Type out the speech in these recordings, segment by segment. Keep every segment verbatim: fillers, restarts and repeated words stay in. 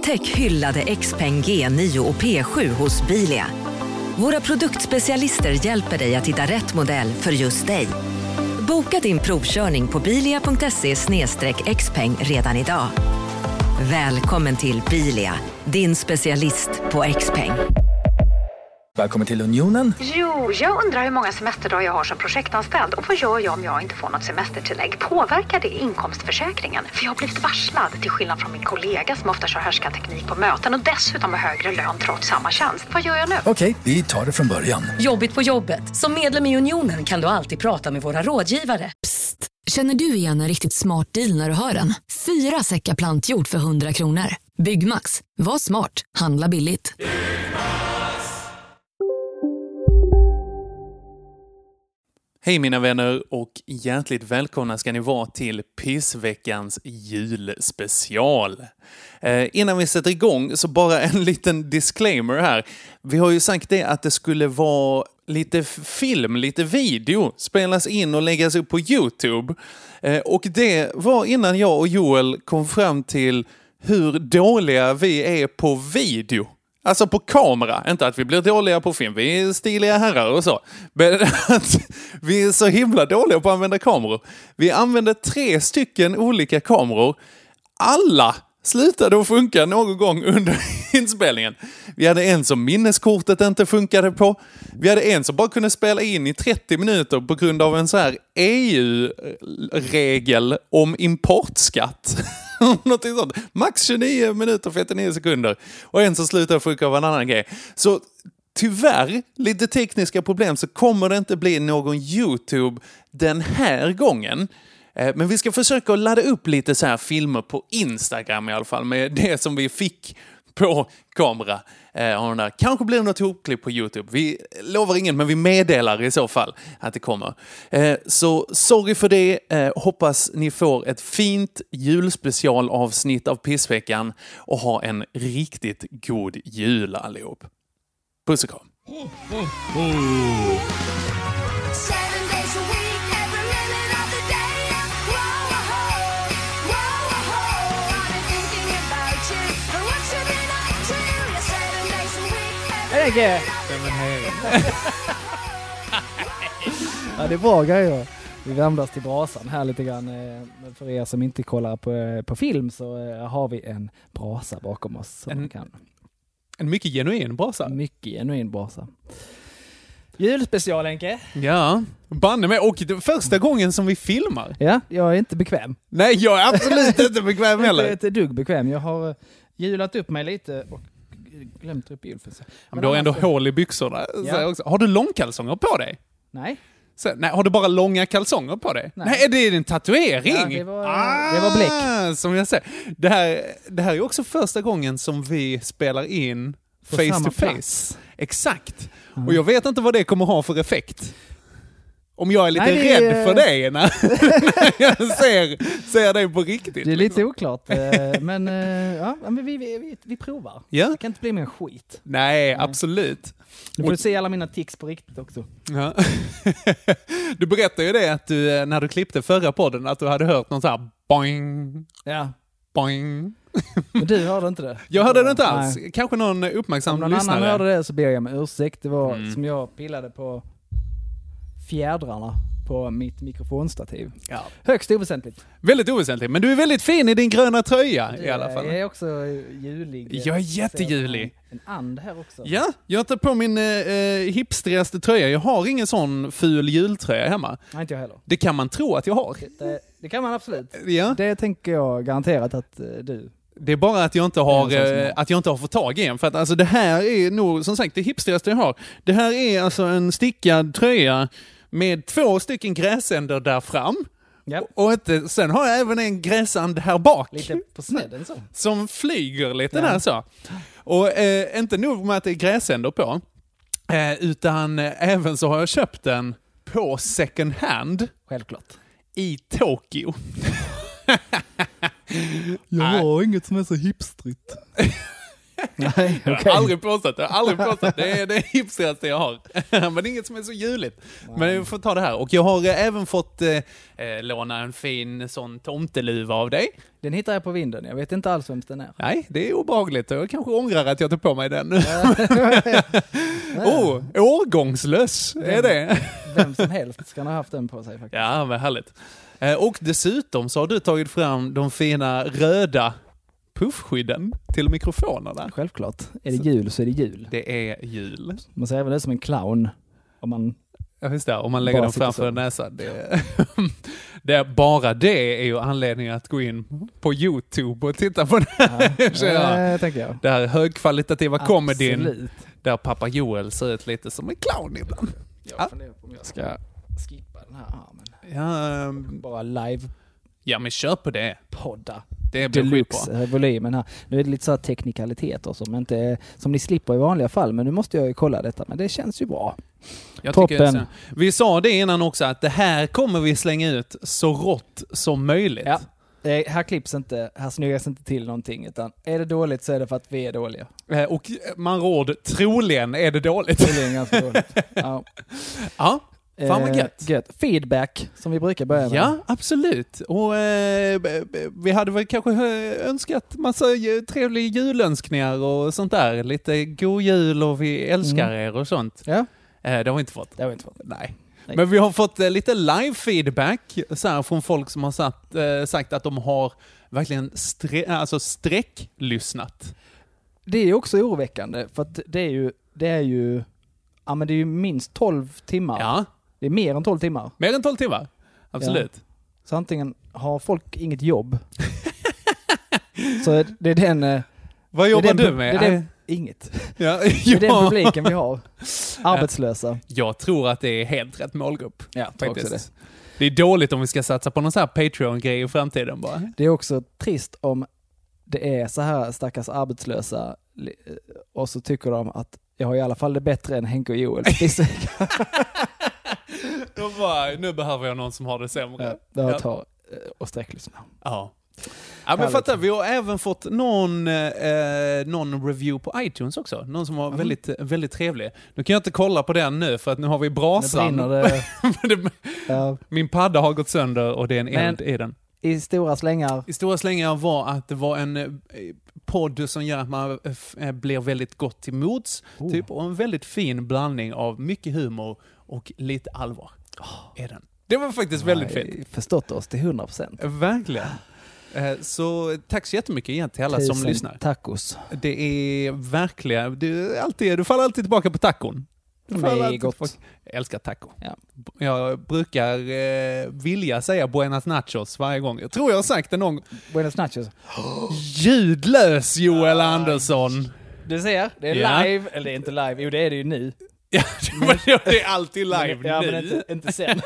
Upptäck hyllade Xpeng G nio och P sju hos Bilia. Våra produktspecialister hjälper dig att hitta rätt modell för just dig. Boka din provkörning på bilia punkt se slash xpeng redan idag. Välkommen till Bilia, din specialist på Xpeng. Välkommen till Unionen. Jo, jag undrar hur många semesterdagar jag har som projektanställd. Och vad gör jag om jag inte får något semestertillägg? Påverkar det inkomstförsäkringen? För jag har blivit varslad, till skillnad från min kollega som ofta kör härskarteknik på möten och dessutom har högre lön trots samma tjänst. Vad gör jag nu? Okej, vi tar det från början. Jobbigt på jobbet. Som medlem i Unionen kan du alltid prata med våra rådgivare. Psst, känner du igen en riktigt smart deal när du hör den? Fyra säckar plantjord för hundra kronor. Byggmax, var smart, handla billigt. Hej mina vänner och hjärtligt välkomna ska ni vara till Pissveckans julspecial. Eh, innan vi sätter igång så bara en liten disclaimer här. Vi har ju sagt det att det skulle vara lite film, lite video spelas in och läggas upp på YouTube. Eh, och det var innan jag och Joel kom fram till hur dåliga vi är på video. Alltså på kamera, inte att vi blir dåliga på film, vi är stiliga herrar och så. Men att vi är så himla dåliga på att använda kameror. Vi använde tre stycken olika kameror. Alla slutade att funka någon gång under inspelningen. Vi hade en som minneskortet inte funkade på. Vi hade en som bara kunde spela in i trettio minuter på grund av en så här E U-regel om importskatt. Någonting sånt. Max tjugonio minuter och femtionio sekunder. Och en som slutar funka av en annan grej. Så tyvärr, lite tekniska problem, så kommer det inte bli någon YouTube den här gången. Men vi ska försöka att ladda upp lite så här filmer på Instagram i alla fall. Med det som vi fick på kamera. Eh, Kanske blir det något ihopklipp på YouTube. Vi lovar ingen, men vi meddelar i så fall att det kommer. Eh, så sorry för det. Eh, hoppas ni får ett fint julspecialavsnitt av Pissveckan och ha en riktigt god jul allihop. Puss och kram. Mm, mm, mm. Hej! Ja, det är bra grejer. Vi värmdas till brasan här lite grann. För er som inte kollar på, på film så har vi en brasa bakom oss. Som en, kan. en mycket genuin brasa. Mycket genuin brasa. Julspecial, Enke. Ja, banne med. Och det första gången som vi filmar. Ja, jag är inte bekväm. Nej, jag är absolut inte bekväm heller. Jag är inte dugg bekväm. Jag har julat upp mig lite och glömt upp julfest. Men du har ändå hål i byxorna. Ja. Också. Har du långkalsonger på dig? Nej. Så, nej. Har du bara långa kalsonger på dig? Nej, nej, det är en tatuering. Ja, det var, ah, det var bläck. Som jag säger. Det här, det här är också första gången som vi spelar in på face samma to face. Plats. Exakt. Mm. Och jag vet inte vad det kommer ha för effekt. Om jag är lite Nej, är... rädd för dig när, när jag ser, ser dig på riktigt. Det är lite liksom. oklart. Men ja, men vi, vi, vi, vi provar. Ja. Det kan inte bli mer skit. Nej, Nej. absolut. Du får och... se alla mina tics på riktigt också. Ja. Du berättade ju det att du, när du klippte förra podden, att du hade hört någon så här boing. Ja. Boing. Men du hörde inte det? Jag hörde det inte alls. Nej. Kanske någon uppmärksam lyssnare. Om någon lyssnare. annan hörde det så ber jag om ursäkt. Det var mm. som jag pillade på fjädrarna på mitt mikrofonstativ. Ja. Högst oväsentligt. Väldigt oväsentligt. Men du är väldigt fin i din gröna tröja i alla fall. Jag är också julig. Jag är jättejulig. En and här också. Ja, jag tar på min eh, hipstrigaste tröja. Jag har ingen sån ful jultröja hemma. Nej, inte jag heller. Det kan man tro att jag har. Det, det kan man absolut. Ja. Det tänker jag garanterat att eh, du... Det är bara att jag inte har, eh, att jag inte har fått tag i en. För att alltså, det här är nog, som sagt, det hipstrigaste jag har. Det här är alltså en stickad tröja med två stycken gräsänder där fram. Yep. Och ett, sen har jag även en gräsand här bak. Lite på snedden så. Som flyger lite ja. där så. Och eh, inte nog med att det är gräsänder på. Eh, utan eh, även så har jag köpt den på second hand. Självklart. I Tokyo. Jag har inget som är så hipstrigt. Nej, Jag okej. har aldrig påstått det. Jag har aldrig påstått det. Det är det hipstrigaste jag har. Men det är inget som är så juligt. Men vi får ta det här. Och jag har eh, även fått eh, låna en fin sån tomteluva av dig. Den hittar jag på vinden. Jag vet inte alls vem den är. Nej, det är obehagligt. Jag kanske ångrar att jag tog på mig den. oh, årgångslös är det. Vem som helst ska ha haft den på sig faktiskt. Ja, vad härligt. Eh, och dessutom så har du tagit fram de fina röda puffskydden till mikrofonerna. Självklart. Är det jul så är det jul. Det är jul. Man ser även det som en clown. Om man... Ja, just det. Om man lägger Bara dem framför sitter så. näsan. Det, det, bara det är ju anledningen att gå in på YouTube och titta på det här. Ja, det tänker jag. Det här högkvalitativa comedyn Absolut. där pappa Joel ser ut lite som en clown ibland. Jag funderar på om jag ska skippa den här armen. Ja, um, Bara live ja, men kör på det. podda. Det blir skitbra. Deluxe volymen här. Nu är det lite så här teknikaliteter som, inte, som ni slipper i vanliga fall, men nu måste jag ju kolla detta. Men det känns ju bra. Jag Toppen. tycker så. Vi sa det innan också att det här kommer vi slänga ut så rått som möjligt. Ja. Det, här klipps inte, här snyggas inte till någonting, utan är det dåligt så är det för att vi är dåliga. Eh, Och man råd, troligen är det dåligt. Det är ganska dåligt. Ja. Ja, fan vad Eh, gött. gött. Feedback, som vi brukar börja med. Ja, absolut. Och eh, b- b- vi hade väl kanske eh, önskat massa ju- trevliga julönskningar och sånt där. Lite god jul och vi älskar Mm. er och sånt. Ja, Eh, det har vi inte fått. det har vi inte fått. Nej. Nej. Men vi har fått eh, lite live-feedback så här, från folk som har satt, eh, sagt att de har verkligen stre- alltså sträcklyssnat. Det är ju också oroväckande, för att det är ju, det är ju, ja men det är ju minst tolv timmar. Ja, Det är mer än tolv timmar. mer än tolv timmar. Absolut. Så antingen har folk inget jobb. Så det är den... eh, Vad det är jobbar den, du pu- med? Det är den, inget. Ja, Det är den ja. publiken vi har. Arbetslösa. Jag tror att det är helt rätt målgrupp. Ja, jag tror också Faktiskt. Det är dåligt om vi ska satsa på någon sån här Patreon-grej i framtiden bara. Det är också trist om det är så här stackars arbetslösa li- och så tycker de att jag har i alla fall det bättre än Henke och Joel. Då bara, nu behöver jag någon som har det sämre. Ja, Ja. jag tar eh, och sträcklyssna. Ja. Ja, men Härligt. fattar, vi har även fått någon, eh, någon review på iTunes också. Någon som var Mm. väldigt, väldigt trevlig. Nu kan jag inte kolla på den nu för att nu har vi Nu brasan. brinner det. Det- Ja. Min padda har gått sönder och det är en Men- eld i den. I stora slängar. I stora slängar var att det var en eh, podd som gör att man eh, f- eh, blir väldigt gott till mods. Oh. Typ, och en väldigt fin blandning av mycket humor och lite allvar. Är den. Det var faktiskt väldigt Nej, fint. Förstått oss till hundra procent. Verkligen. Eh, Så tack så jättemycket igen till alla som lyssnar. tacos. Det är verkligen, du, är alltid, du faller alltid tillbaka på tacon. Du Det faller är alltid gott. tillbaka- Jag älskar taco. Ja. Jag brukar eh, vilja säga buenas nachos varje gång. Jag tror jag har sagt det någon gång. Buenos nachos. Ljudlös Joel Andersson. Du ser, det är Ja. live. Eller det är inte live. Jo, det är det ju nu. Ja, men det är alltid live Men, ja, nu. men inte, inte sen.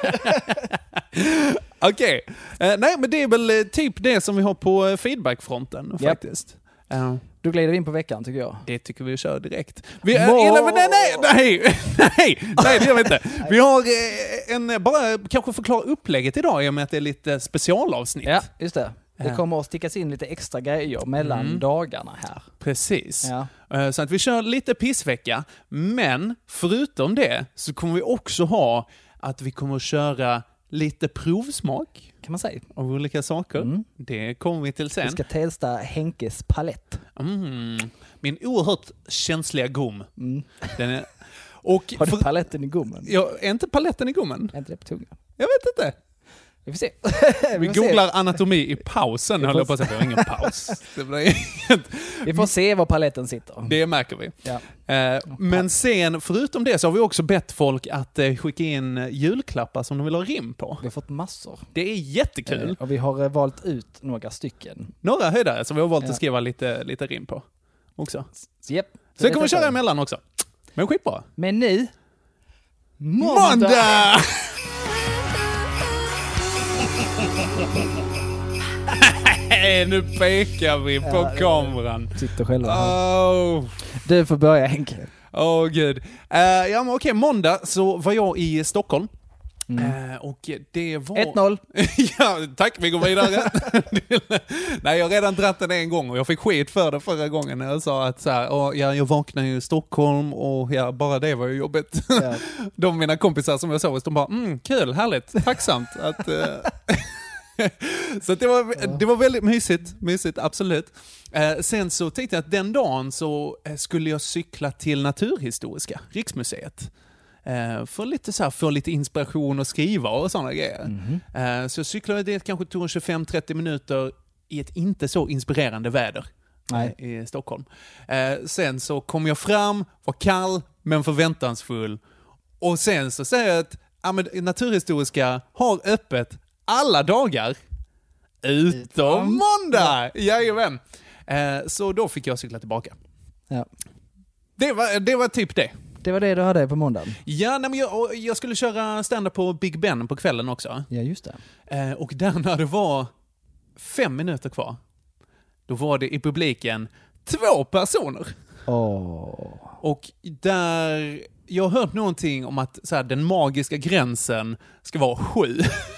Okej. Eh, nej, men det är väl eh, typ det som vi har på eh, feedbackfronten Japp. faktiskt. Eh, Då glider vi in på veckan tycker jag. Det tycker vi kör direkt. Vi, äh, Må- nej, nej, nej, nej, nej, nej, det gör vi inte. Vi har eh, en, bara kanske förklara upplägget idag i och med att det är lite specialavsnitt. Ja, just det. Det Ja. kommer att stickas in lite extra grejer mellan Mm. dagarna här. Precis. Ja. Eh, Så att vi kör lite pissvecka, men förutom det så kommer vi också ha att vi kommer att köra lite provsmak Kan man säga. av olika saker. Mm. Det kommer vi till sen. Vi ska testa Henkes palett. Mm. Min oerhört känsliga gom. Mm. Den är... Och Har du för... paletten i gommen? Ja, är inte paletten i gommen? Är inte det på tungan? Jag vet inte. Vi får se. Vi får se. googlar anatomi i pausen, Vi höll får jag på att säga. Vi har ingen paus. Det, blir inget. Vi får se var paletten sitter. Det märker vi. Ja. Eh, men sen, förutom det, så har vi också bett folk att eh, skicka in julklappar som de vill ha rim på. Vi har fått massor. Det är jättekul. Eh, Och vi har eh, valt ut några stycken. Några höjdare som vi har valt Ja. att skriva lite, lite rim på också. Så, yep. Så det kommer vi köra emellan också. Men skitbra. Men nu... Måndag! Nu pekar vi på Ja, kameran. Sitter själva här. Åh, Du får börja Henke. oh, gud. Uh, ja, men okej, måndag så var jag i Stockholm. Mm. Eh, och det var... ett noll. Ja, tack, vi går vidare. Nej, jag har redan dratt den en gång och jag fick skit för det förra gången när jag sa att så här, åh, ja, jag vaknade i Stockholm och ja, bara det var ju jobbigt. Ja. De mina kompisar som jag såg, de bara, mm, kul, härligt, tacksamt. att, eh... Så det var, det var väldigt mysigt, mysigt, absolut. Eh, sen så tänkte jag att den dagen så skulle jag cykla till Naturhistoriska Riksmuseet. Eh, för lite så här, för lite inspiration och skriva och sådana grejer. Mm-hmm. Eh, så jag cyklade det, kanske tog tjugofem till trettio minuter i ett inte så inspirerande väder. Nej. Eh, i Stockholm. Eh, sen så kom jag fram, var kall men förväntansfull. Och sen så säger jag att ja, men Naturhistoriska har öppet alla dagar utom måndag. Jajamän. Eh, så då fick jag cykla tillbaka. Ja. Det var, det var typ det. Det var det du hade på måndagen? Ja, nej, men jag, jag skulle köra stand-up på Big Ben på kvällen också. Ja, just det. Eh, och där när det var fem minuter kvar, då var det i publiken två personer. Oh. Och där... Jag har hört någonting om att så här, den magiska gränsen ska vara sju.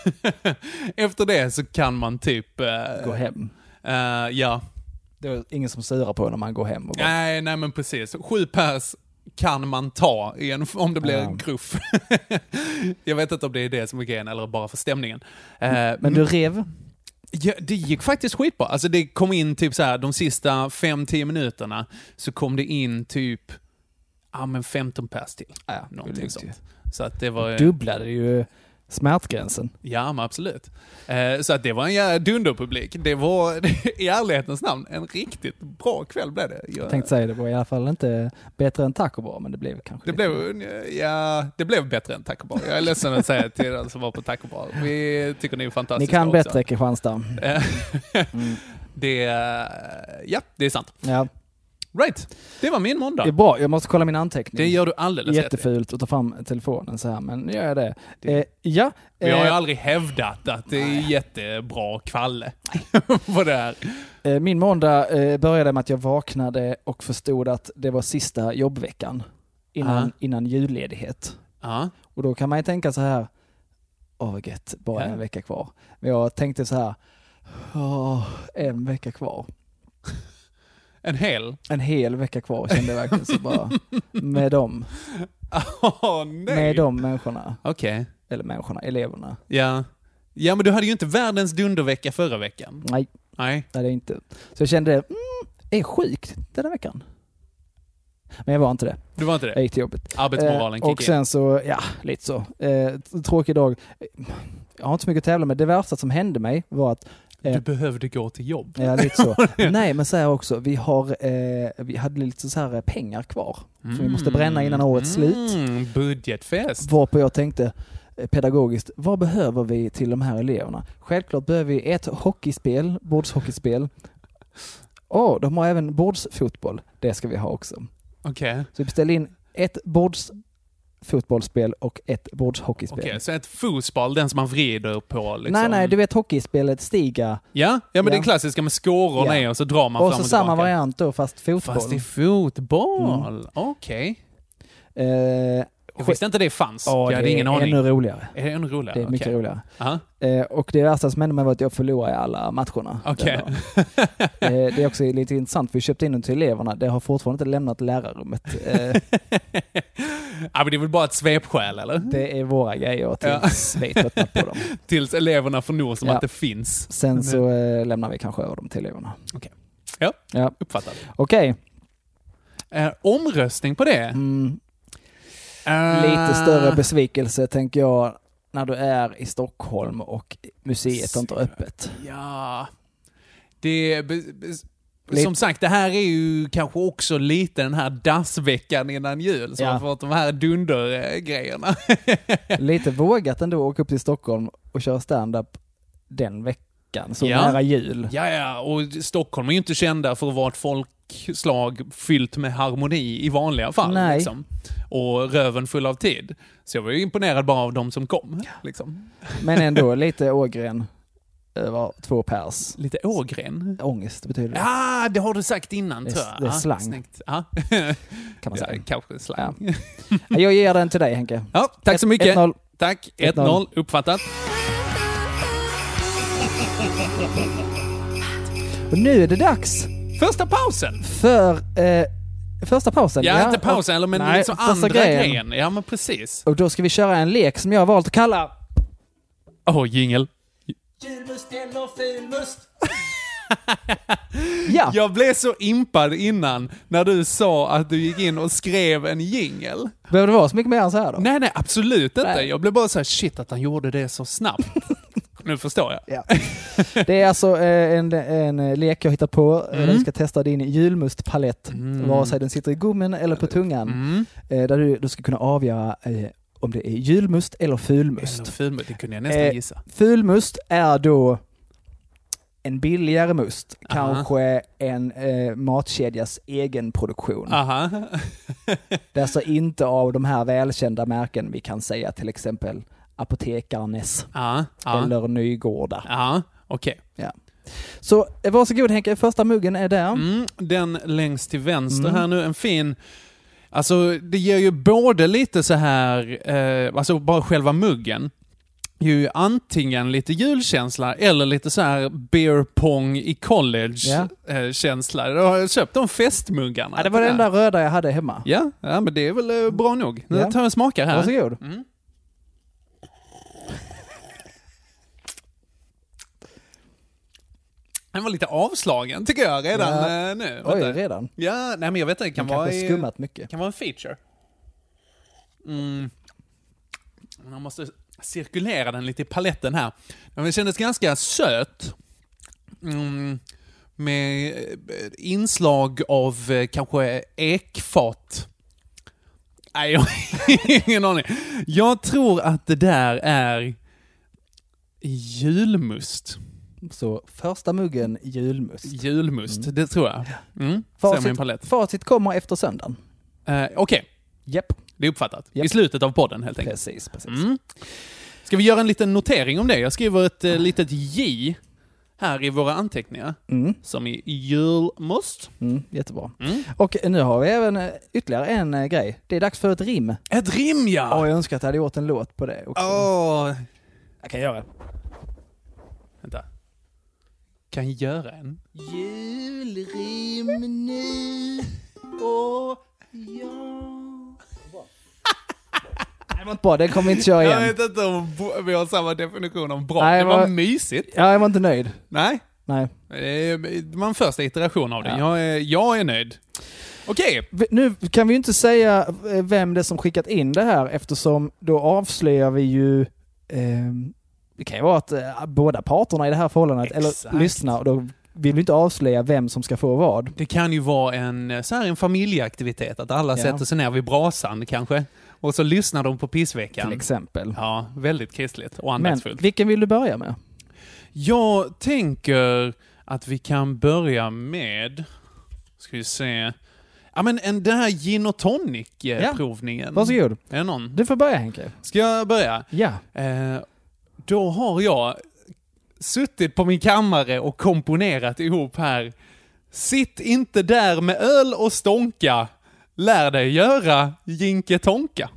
Efter det så kan man typ... Uh, gå hem. Uh, ja. Det är ingen som surar på när man går hem. Och bara... Nej, nej, men precis. Sju pers kan man ta i en, om det blir ja. en gruff. Jag vet inte om det är det som är grejen eller bara för stämningen. Uh, men du rev? Ja, det gick faktiskt skitbra. Alltså det kom in typ så här, de sista fem till tio minuterna så kom det in typ... Ja, men femton pers till. Ja, någonting sånt. Så att det var... Dubblade ju smärtgränsen. Ja, men absolut. Eh, så att det var en jävla dunderpublik. Det var i ärlighetens namn en riktigt bra kväll blev det. Jag, jag tänkte säga det var i alla fall inte bättre än Taco Bar, men det blev kanske... Det blev, ja, det blev bättre än Taco Bar. Jag är ledsen att säga till er som var på Taco Bar. Vi tycker ni är fantastiska. Ni kan också. bättre, Kristianstad. mm. Det, ja, det är sant. Ja. Right, det var min måndag. Det är bra, jag måste kolla min anteckning. Det gör du alldeles rätt. Jättefult att ta fram telefonen så här, men gör jag det. det. Eh, ja. Vi har ju eh, aldrig hävdat att det är nej. jättebra kvalle på det här. Eh, min måndag eh, började med att jag vaknade och förstod att det var sista jobbveckan innan, uh-huh. innan julledighet. Uh-huh. Och då kan man ju tänka så här, åh vad gött, bara yeah. en vecka kvar. Men jag tänkte så här, åh, en vecka kvar. En hel? En hel vecka kvar kände jag verkligen så bara med dem. Oh, nej. Med de människorna. Okej. Okay. Eller människorna, eleverna. Ja. Ja, men du hade ju inte världens dundervecka förra veckan. Nej. Nej. Det hade jag inte. Så jag kände, mm, är sjukt den här veckan. Men jag var inte det. Du var inte det? Jag gick till jobbet. Arbetsmoralen eh, Och sen så, ja, lite så. Eh, tråkig dag. Jag har inte så mycket att tävla med. Det värsta som hände mig var att du behövde gå till jobb. Ja, lite så. Nej, men så här också. Vi, har, eh, vi hade lite så här pengar kvar. Mm. Som vi måste bränna innan årets mm. slut. Budgetfest. Varpå jag tänkte eh, pedagogiskt, vad behöver vi till de här eleverna? Självklart behöver vi ett hockeyspel, bordshockeyspel. Åh, oh, de har även bordsfotboll. Det ska vi ha också. Okej. Okay. Så vi beställer in ett bords fotbollsspel och ett bordshockeyspel. Okej, okay, så ett fotboll, den som man vrider på liksom. Nej, nej, du vet hockeyspelet stiga. Ja, ja men ja. Det klassiska med skårorna ja. Och så drar man och fram och så samma tillbaka. Variant då, fast fotboll. Fast i fotboll, mm. okej. Okay. Eh, jag visste inte det fanns. Ja, jag hade ingen aning. Ännu roligare. Är det ännu roligare? Det är mycket okay. roligare. Eh, och det värsta som hände mig var att jag förlorade i alla matcherna. Okay. eh, det är också lite intressant. Vi köpte in den till eleverna. Det har fortfarande inte lämnat lärarrummet. Eh, ja, men det är väl bara ett svepskäl, eller? Det är våra grejer tills vi tröttnar på dem. Tills eleverna får nog som ja. Att det finns. Sen så eh, lämnar vi kanske över dem till eleverna. Okej. Okay. Ja, ja, uppfattat. Okej. Okay. Eh, omröstning på det? Mm. Uh... Lite större besvikelse tänker jag när du är i Stockholm och museet har inte öppet. Ja, det be, be, som sagt, det här är ju kanske också lite den här dassveckan innan jul som ja. Har fått de här dundergrejerna. Lite vågat ändå åka upp till Stockholm och köra stand-up den veckan, så ja. Nära jul. Ja, ja, och Stockholm är ju inte kända för att vara ett folkslag fyllt med harmoni i vanliga fall. Nej. Liksom. Och röven full av tid. Så jag var ju imponerad bara av de som kom. Liksom. Men ändå lite Ågren över två pers. Lite Ågren? Ångest betyder det. Ja, det har du sagt innan, det, tror jag. Det är slang. Ja. Kan man säga. Ja, kanske slang. Ja. Jag ger den till dig, Henke. Ja, tack så mycket. ett noll Tack. ett noll. Uppfattat. Och nu är det dags. Första pausen. För... Eh, första pausen. Ja, ja, inte pausen, eller men nej, liksom andra grejen. grejen. Ja, men precis. Och då ska vi köra en lek som jag har valt att kalla... Åh, oh, jingel. Julmust eller fulmust? Ja. Jag blev så impad innan när du sa att du gick in och skrev en jingel. Behöver det vara så mycket mer än så här då? Nej, nej, absolut inte. Nej. Jag blev bara så här, shit att han gjorde det så snabbt. Nu förstår jag. Ja. Det är alltså eh, en, en lek jag hittar på. Mm. Den ska testa din julmustpalett, mm. vare sig den sitter i gommen eller på tungan. Mm. Eh, där du, du ska kunna avgöra eh, om det är julmust eller fulmust. Eller fulmust, det kunde jag nästan eh, gissa. Fulmust är då en billigare must. Aha. Kanske en eh, matkedjas egen produktion. Aha. Det är alltså inte av de här välkända märken vi kan säga, till exempel Apotekarnes ja, ja. eller Nygårda. Ja, okej. Okay. Ja. Så varsågod Henke, första muggen är där. Mm, den längst till vänster mm. här nu, en fin... Alltså det ger ju både lite så här, eh, alltså bara själva muggen, ju antingen lite julkänsla eller lite så här beer pong i college-känsla. Ja. Jag har köpt de festmuggarna. Ja, det var den där röda jag hade hemma. Ja, ja men det är väl eh, bra nog. Nu ja. tar jag en smakar här. Varsågod. Mm. Den var lite avslagen tycker jag redan ja. uh, nu. Oj, redan? Ja, nej men jag vet inte. Det kan den vara kanske skummat mycket. Kan vara en feature. Mm. Man måste cirkulera den lite i paletten här. Den kändes ganska söt. Mm. Med inslag av eh, kanske ekfat. Nej, jag har ingen aning. Jag tror att det där är julmust. Så första muggen julmust. Julmust, mm. det tror jag. Mm. Facit, facit kommer efter söndagen. Uh, Okej. Okay. Japp. Det är uppfattat. Yep. I slutet av podden helt enkelt. Precis, precis. Mm. Ska vi göra en liten notering om det? Jag skriver ett uh, litet J här i våra anteckningar. Mm. Som i julmust. Mm, jättebra. Mm. Och nu har vi även ytterligare en uh, grej. Det är dags för ett rim. Ett rim, ja! Och jag önskar att jag hade gjort en låt på det också. Oh. Jag kan göra. Vänta. Kan göra en julrim nu och ja. Det var inte bra, det kommer vi inte köra igen. Jag vet inte om vi har samma definition om bra. Nej, det var, var mysigt. Ja, jag var inte nöjd. Nej. Nej. Det var en första iteration av det. Ja. Jag, är, jag är nöjd. Okej. Okay. Nu kan vi ju inte säga vem det som skickat in det här, eftersom då avslöjar vi ju... Eh, det kan ju vara att äh, båda parterna i det här förhållandet Exakt. eller lyssnar, och då vill vi inte avslöja vem som ska få vad. Det kan ju vara en, så här, en familjeaktivitet, att alla ja. sätter sig ner vid brasan kanske, och så lyssnar de på pissveckan. Till exempel. Ja, väldigt kristligt och andaktsfullt. Men vilken vill du börja med? Jag tänker att vi kan börja med, ska vi se, ja men en, den här gin och tonic-provningen. Ja. Varsågod. Är det någon? Du får börja, Henke. Ska jag börja? Ja. Eh, Då har jag suttit på min kammare och komponerat ihop här. Sitt inte där med öl och stånka. Lär dig göra jinke tonka.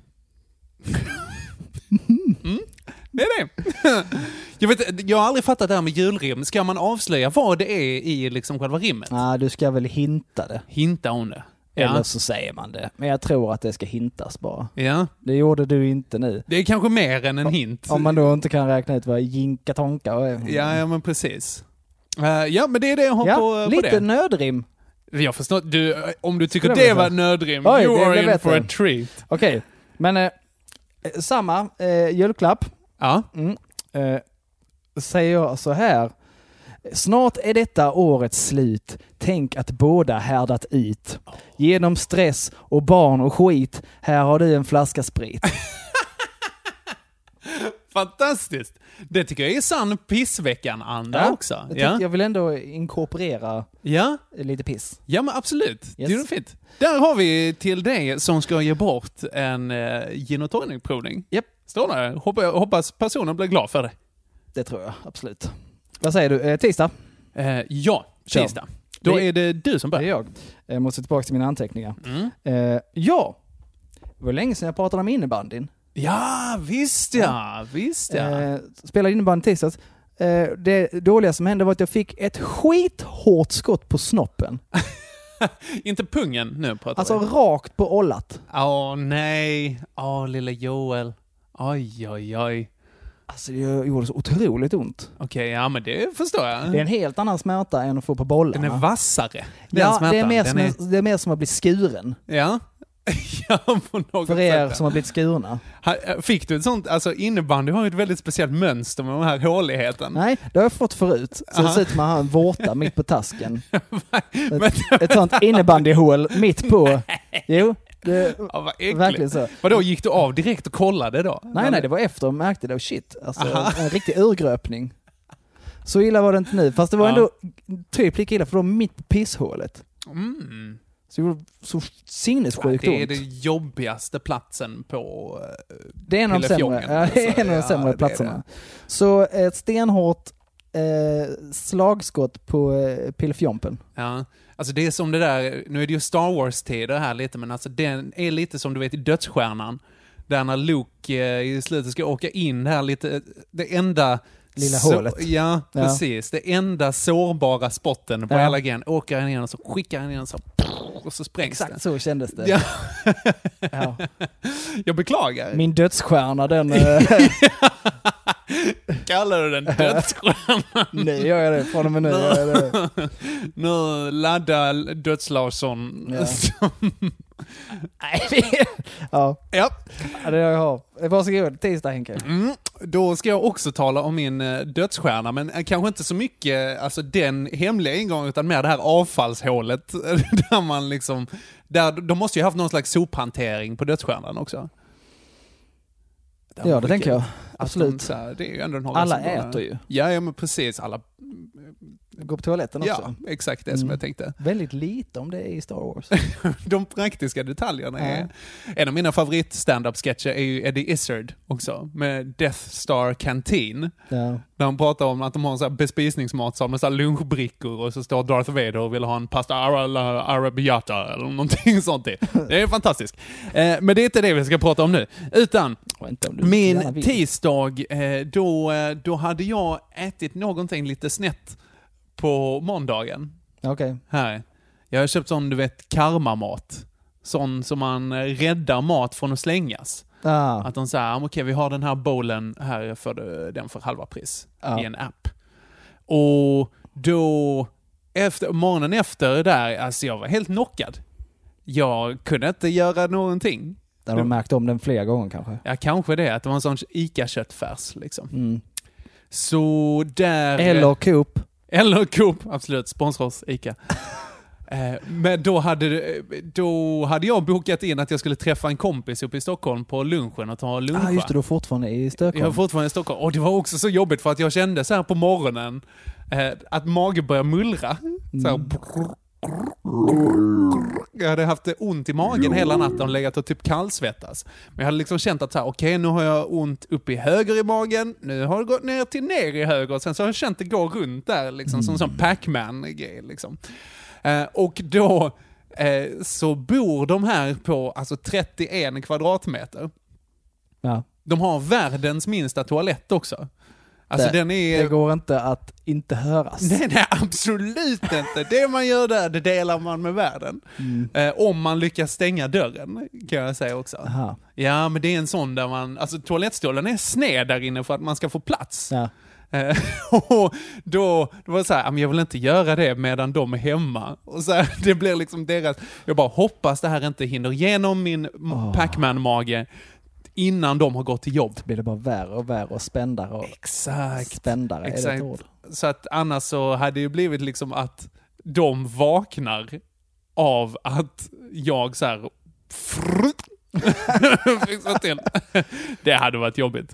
Mm, det är det. Jag, vet, jag har aldrig fattat det här med julrim. Ska man avslöja vad det är i liksom själva rimmet? Nej, du ska väl hinta det. Hinta om det. Eller ja. så säger man det. Men jag tror att det ska hintas bara. Ja. Det gjorde du inte nu. Det är kanske mer än en om, hint. Om man då inte kan räkna ut vad jinka tonka är. Ja, ja, men precis. Uh, ja, men det är det jag har ja, på, på lite det. nödrim. Jag förstår. Du, om du tycker det, det var nödrim, Oj, you are in bättre. for a treat. Okej, okay. men eh, samma eh, julklapp. Ja. Mm, eh, säger jag så här. Snart är detta årets slut. Tänk att båda härdat ut. Genom stress och barn och skit. Här har du en flaska sprit. Fantastiskt. Det tycker jag är sann pissveckan-anda ja, också. Jag, ja. jag vill ändå inkorporera ja. lite piss. Ja, men absolut. Yes. Det är fint. Där har vi till dig som ska ge bort en uh, gin och tonic-provning. Yep. Står där. Hoppas, hoppas personen blir glad för det. Det tror jag, absolut. Vad säger du? Eh, tisdag? Eh, ja, tisdag. Då det, är det du som börjar. Det är jag. Jag måste tillbaka till mina anteckningar. Mm. Eh, ja, det var länge sedan jag pratade om innebandyn. Ja, visst ja, ja. visst ja. Eh, spelade innebandy tisdags. Eh, det dåliga som hände var att jag fick ett skithårt skott på snoppen. Inte pungen nu pratar Alltså vi. rakt på ollat. Åh oh, nej, åh oh, lilla Joel. Oj, oj, oj. Alltså det gjorde så otroligt ont. Okej, okay, ja men det förstår jag. Det är en helt annan smärta än att få på bollarna. Den är vassare. Den ja, smärtan. det är, mer som, är... det är mer som att bli skuren. Ja. ja, på något För er sätt. som har blivit skurna. Fick du ett sånt, alltså innebandy har ju ett väldigt speciellt mönster med den här håligheten. Nej, det har jag fått förut. Så det ser ut som att man har en vårta mitt på tasken. ett, ett sånt innebandyhål mitt på. Jo, det ja, vad verkligen så. Vadå, gick du av direkt och kollade då? Nej, nej, det var efter och märkte det. Och shit, alltså en, en riktig urgröpning. Så illa var det inte nu. Fast det var ja. ändå typ lika illa för då mitt på pisshålet. Mm. Så det var så sinnessjukt ja, det är ont. det jobbigaste platsen på uh, det är en av de sämre, ja, det är en av de sämre ja, platserna. Så ett stenhårt eh, slagskott på eh, pillefjompen. Ja, alltså det är som det där, nu är det ju Star Wars-tider här lite, men alltså den är lite som du vet i Dödsstjärnan. Där när Luke eh, i slutet ska åka in här lite, det enda... Lilla så, hålet. Ja, ja, precis. Det enda sårbara spotten på ja. hela gen. Åker han igen och så skickar han igen och så, och så sprängs Exakt det. så kändes det. Ja. ja. Jag beklagar. Min dödsstjärna, den... Kallar du den dödsstjärnan? Nej, jag gör det. Från och med nu. Jag gör det. Nu laddar Dödslarsson. Ja. Nej, ja. Ja. ja, det jag har. Varsågod, tisdag Henke. Mm. Då ska jag också tala om min uh, dödsstjärna, men uh, kanske inte så mycket alltså den hemliga ingången, utan mer det här avfallshålet där man liksom, där de måste ju haft någon slags sophantering på dödsstjärnan också. Där ja, det tänker jag. Absolut. De, här, det är ju ändå alla äter ju. Ja, ja, men precis. Alla går på toaletten också. Ja, exakt det mm. som jag tänkte. Väldigt lite om det är i Star Wars. De praktiska detaljerna är... Ja. En av mina favorit stand-up-sketcher är ju Eddie Izzard också. Med Death Star Canteen. Ja. Där de pratar om att de har en sån här bespisningsmatsal med så här lunchbrickor och så står Darth Vader och vill ha en pasta arabiata eller någonting sånt. Det är fantastiskt. Eh, men det är inte det vi ska prata om nu. Utan min tisdag, eh, då, då hade jag ätit någonting lite snett på måndagen. Okej. Okay. Här. Jag har köpt sån, du vet, karma-mat. Sån som man räddar mat från att slängas. Ah. Att de säger, okej, okay, vi har den här bowlen här för det, den för halva pris ah. i en app. Och då, efter, morgonen efter där, alltså jag var helt knockad. Jag kunde inte göra någonting. Där har de märkt om den flera gånger kanske. Ja, kanske det. Att det var en sån Ica-köttfärs liksom. Mm. Så där... Eller Coop. Eller Coop, absolut. Sponsor oss, Ica. eh, men då hade, då hade jag bokat in att jag skulle träffa en kompis uppe i Stockholm på lunchen och ta lunch. Ah, just det, du är fortfarande i Stockholm. Jag är fortfarande i Stockholm. Och det var också så jobbigt för att jag kände så här på morgonen eh, att magen började mullra. Så här, mm. Jag hade haft ont i magen hela natten och legat och typ kallsvettas. Men jag hade liksom känt att så här, okej, okay, nu har jag ont upp i höger i magen. Nu har det gått ner till ner i höger. Och sen så har jag känt det gå runt där liksom, mm. som en sån Pac-Man-grej liksom. Eh, och då eh, så bor de här på alltså trettioen kvadratmeter. Ja. De har världens minsta toalett också. Alltså det, den är... det går inte att inte höras. Nej, nej, absolut inte. Det man gör där, det delar man med världen. Mm. Eh, om man lyckas stänga dörren, kan jag säga också. Aha. Ja, men det är en sån där man... Alltså toalettstolen är sned där inne för att man ska få plats. Ja. Eh, och då, då var det så här, jag vill inte göra det medan de är hemma. Och så här, det blir liksom deras... Jag bara hoppas det här inte hinner igenom min oh. Pac-Man-mage innan de har gått till jobb. Så blir det bara värre och värre och spändare och exakt. spändare. Exakt. Är det ett ord? Så att annars så hade det ju blivit liksom att de vaknar av att jag så här fixar till. Det hade varit jobbigt.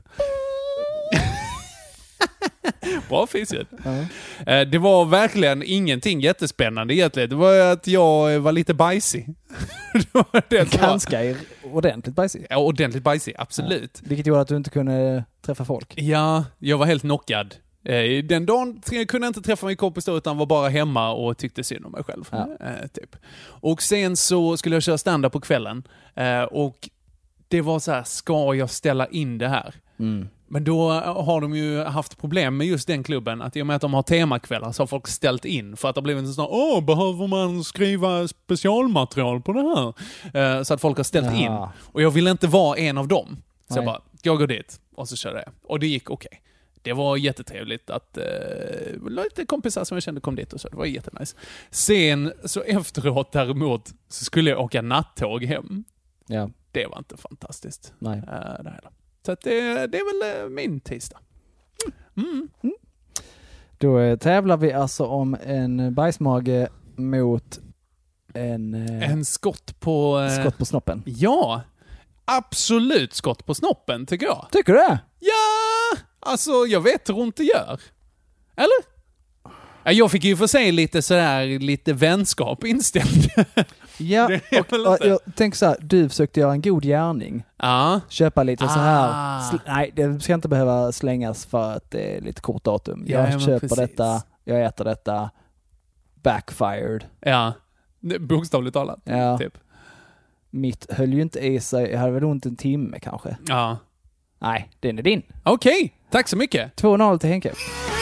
Bra fisigt. Uh-huh. Det var verkligen ingenting jättespännande egentligen. Det var att jag var lite bajsig. Det var det ganska var... ordentligt bajsig. Ja, ordentligt bajsig, absolut. Ja. Vilket gjorde att du inte kunde träffa folk. Ja, jag var helt knockad. Den dagen kunde jag inte träffa min kompis då, utan var bara hemma och tyckte synd om mig själv. Ja. Typ. Och sen så skulle jag köra stand-up på kvällen. Och det var så här, ska jag ställa in det här? Mm. Men då har de ju haft problem med just den klubben, att i och med att de har temakvällar så har folk ställt in för att det har blivit en sån, åh, behöver man skriva specialmaterial på det här? Uh, så att folk har ställt ja. in. Och jag ville inte vara en av dem. Så Nej. jag bara, jag går dit. Och så körde jag. Och det gick okej. Okay. Det var jättetrevligt att uh, lite kompisar som jag kände kom dit och så. Det var jättenice. Sen så efteråt däremot så skulle jag åka nattåg hem. Ja. Det var inte fantastiskt. Nej. Uh, det här. Så att det, det är väl min tisdag. Mm. Mm. Då eh, tävlar vi alltså om en bajsmage mot en... Eh, en skott på... Eh, skott på snoppen. Ja, absolut skott på snoppen tycker jag. Tycker du det? Ja, alltså jag vet hur ont det gör. Eller? Jag fick ju för sig lite sådär, lite vänskap inställd. Ja, och, och jag tänker så här, du försökte göra en god gärning. Ja. Köpa lite ah. så här. Sl- nej, det ska inte behöva slängas för att det är lite kort datum. Jag ja, köper precis. detta, jag äter detta. Backfired. Ja, bokstavligt talat. Ja. Typ. Mitt höll ju inte i sig, jag hade väl ont en timme kanske. Ja. Nej, den är din. Okej, okay. Tack så mycket. två noll till Henke.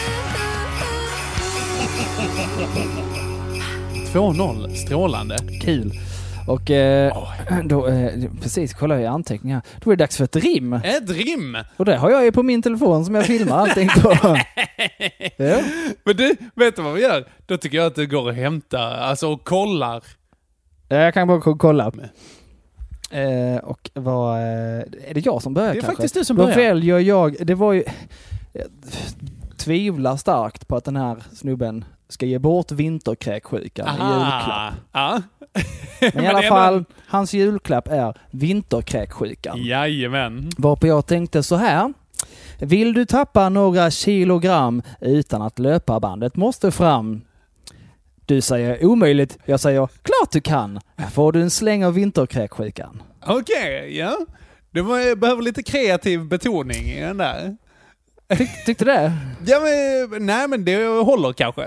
två noll, strålande. Kul. Och eh, då, eh, precis, kolla i anteckningar. Då är det dags för ett rim. Ett rim? Och det har jag ju på min telefon som jag filmar allting på. Ja. Men du, vet du vad vi gör? Då tycker jag att du går och hämtar, alltså och kollar. Jag kan bara kolla. Eh, och vad, eh, är det jag som börjar kanske? Det är kanske? faktiskt du som då börjar. Då väljer jag, det var ju, jag tvivlar starkt på att den här snubben ska ge bort vinterkräksjukan i julklapp. Ja. Men i alla fall, ändå... hans julklapp är vinterkräksjukan. Jajamän. Varpå jag tänkte så här. Vill du tappa några kilogram utan att löparbandet måste fram? Du säger omöjligt. Jag säger klart du kan. Här får du en släng av vinterkräksjukan. Okej, okay, ja. Du behöver lite kreativ betoning i den där. Tyck, tyckte det? Ja, men, nej, men det håller kanske.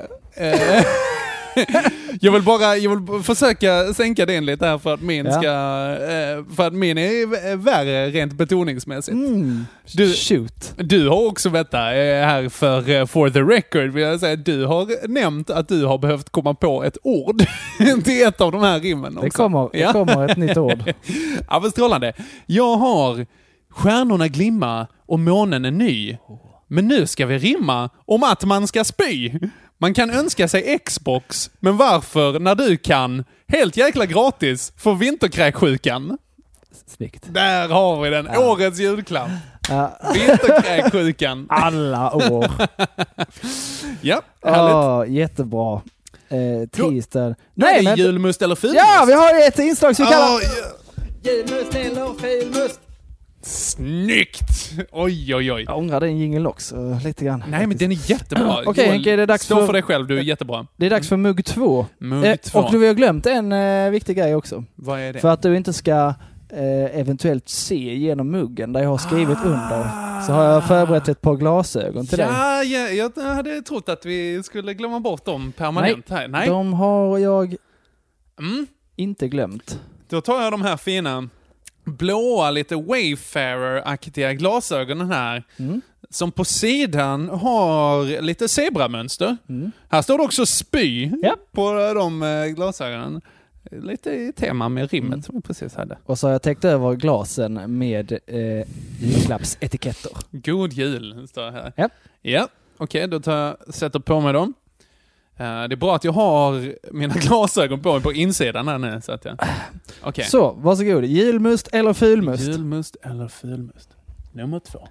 jag vill bara jag vill försöka sänka den lite här för att min ja. ska för att min är värre rent betoningsmässigt. Mm. Du, Shoot. Du har också veta här för for the record vill jag säga, du har nämnt att du har behövt komma på ett ord till ett av de här rimmen också. Det kommer, det ja. kommer ett nytt ord. Ja, men strålande. Jag har stjärnorna glimma och månen är ny. Men nu ska vi rimma om att man ska spy. Man kan önska sig Xbox, men varför när du kan helt jäkla gratis få vinterkräksjukan? Snyggt. Där har vi den. Ja. Årets julklapp. Ja. Vinterkräksjukan. Alla år. Ja, härligt. Oh, jättebra. Eh, tisdag. Nej, är det men... julmust eller filmust? Ja, vi har ju ett inslag som vi kallar... Oh, yeah. Julmust eller filmust. Snyggt! Oj, oj, oj. Jag ångrar den jingeln också lite grann. Nej, men den är jättebra. Okej, okay, Henke, det är dags Stå för... för dig själv, du är jättebra. Det är dags för mugg två. Mugg eh, två. Och du har glömt en eh, viktig grej också. Vad är det? För att du inte ska eh, eventuellt se genom muggen där jag har skrivit ah. under. Så har jag förberett ett par glasögon till ja, dig. Ja, jag hade trott att vi skulle glömma bort dem permanent. Nej, här. Nej. De har jag mm. inte glömt. Då tar jag de här fina blåa, lite Wayfarer-aktiga glasögonen här. Mm. Som på sidan har lite zebramönster. Mm. Här står det också spy ja. på de eh, glasögonen. Lite i tema med rimmet mm. som vi precis hade. Och så har jag täckt över glasen med eh, julklappsetiketter. God jul, står det här. Ja. Ja, okej, okay, då tar jag, sätter på mig dem. Uh, det är bra att jag har mina glasögon på mig på insidan här nu. Så, att jag... okay. Så, varsågod. Julmust eller filmust? Julmust eller filmust. Nummer två.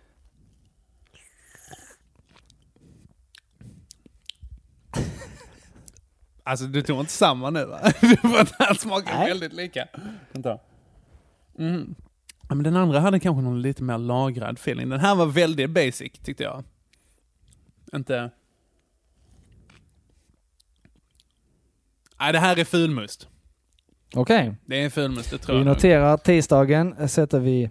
Alltså, du tog inte samma nu, va? Den här smakar Nej. väldigt lika. Vänta. Mm. Ja, men den andra hade kanske någon lite mer lagrad feeling. Den här var väldigt basic, tyckte jag. Inte... Nej, det här är fulmust. Okej. Okay. Det är fulmust, det tror vi jag. Vi noterar nog. Tisdagen sätter vi...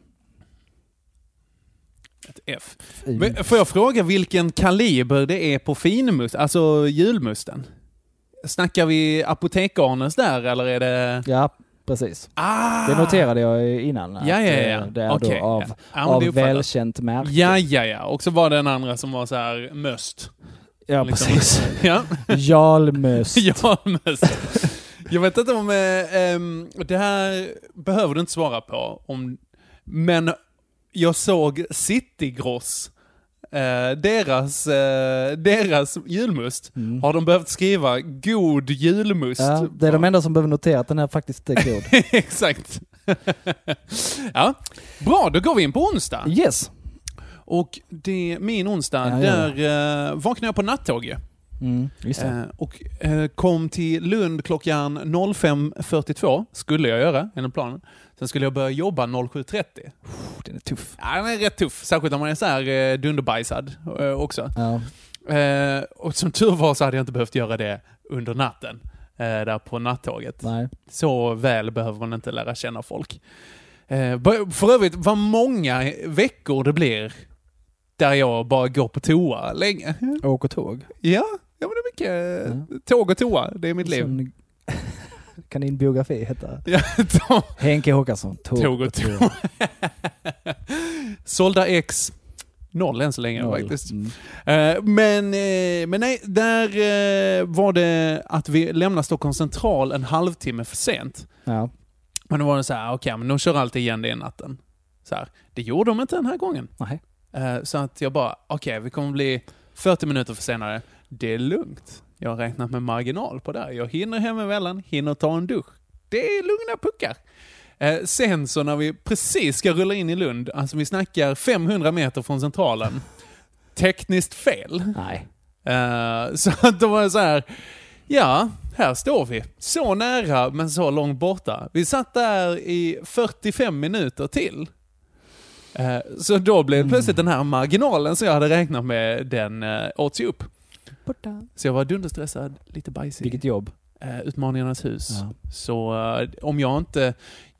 Ett F. Men, får jag fråga vilken kaliber det är på finmust? Alltså julmusten. Snackar vi apotekarnes där, eller är det... Ja, precis. Ah. Det noterade jag innan. Ja, ja, ja. Det är okay. då av, ja. Ja, av välkänt märke. Ja, ja, ja. Och så var det en andra som var så här möst. Ja, liksom. Precis. Ja. Jarlmöst. Jarlmöst. Jag vet inte om... Eh, det här behöver du inte svara på. Om, men jag såg Citygross. Eh, deras, eh, deras julmust. Mm. Har de behövt skriva god julmust? Ja, det är de enda som behöver notera att den här faktiskt är god. Exakt. Ja. Bra, då går vi in på onsdag. Yes. Och det min onsdag, ja, där eh, vaknade jag på nattåg. Mm, just det. Eh, och eh, kom till Lund klockan fem fyrtiotvå, skulle jag göra, enligt planen. Sen skulle jag börja jobba sju trettio. Den är tuff. Ja, den är rätt tuff. Särskilt om man är så här eh, dunderbajsad eh, också. Ja. Eh, och som tur var så hade jag inte behövt göra det under natten. Eh, där på nattåget. Nej. Så väl behöver man inte lära känna folk. Eh, för övrigt, vad många veckor det blir där jag bara går på toa länge. Åker tåg? Ja, ja men det är mycket ja. Tåg och toa. Det är mitt Som liv. Kan din biografi heta? Ja, to- Henke Håkansson. Tåg, tåg och toa. Sålda X noll än så länge noll. Faktiskt. Mm. Uh, men, uh, men nej, där uh, var det att vi lämnade Stockholms central en halvtimme för sent. Ja. Men då var det så här, okej, okay, men de kör alltid igen det i natten. Så här, det gjorde de inte den här gången. Nej. Uh, så att jag bara, okej, okay, vi kommer bli fyrtio minuter för senare. Det är lugnt. Jag har räknat med marginal på det. Jag hinner hem emellan, hinner ta en dusch. Det är lugna puckar. Eh, sen så när vi precis ska rulla in i Lund, alltså vi snackar femhundra meter från centralen, tekniskt fel. Nej. Eh, så att då var det så här, ja, här står vi. Så nära men så långt borta. Vi satt där i fyrtiofem minuter till. Eh, så då blev mm. plötsligt den här marginalen som jag hade räknat med, den eh, åts ju upp. Borta. Så jag var dunderstressad, lite bajsig. Vilket jobb? Uh, Utmaningarnas hus. Ja. Så uh, om jag inte...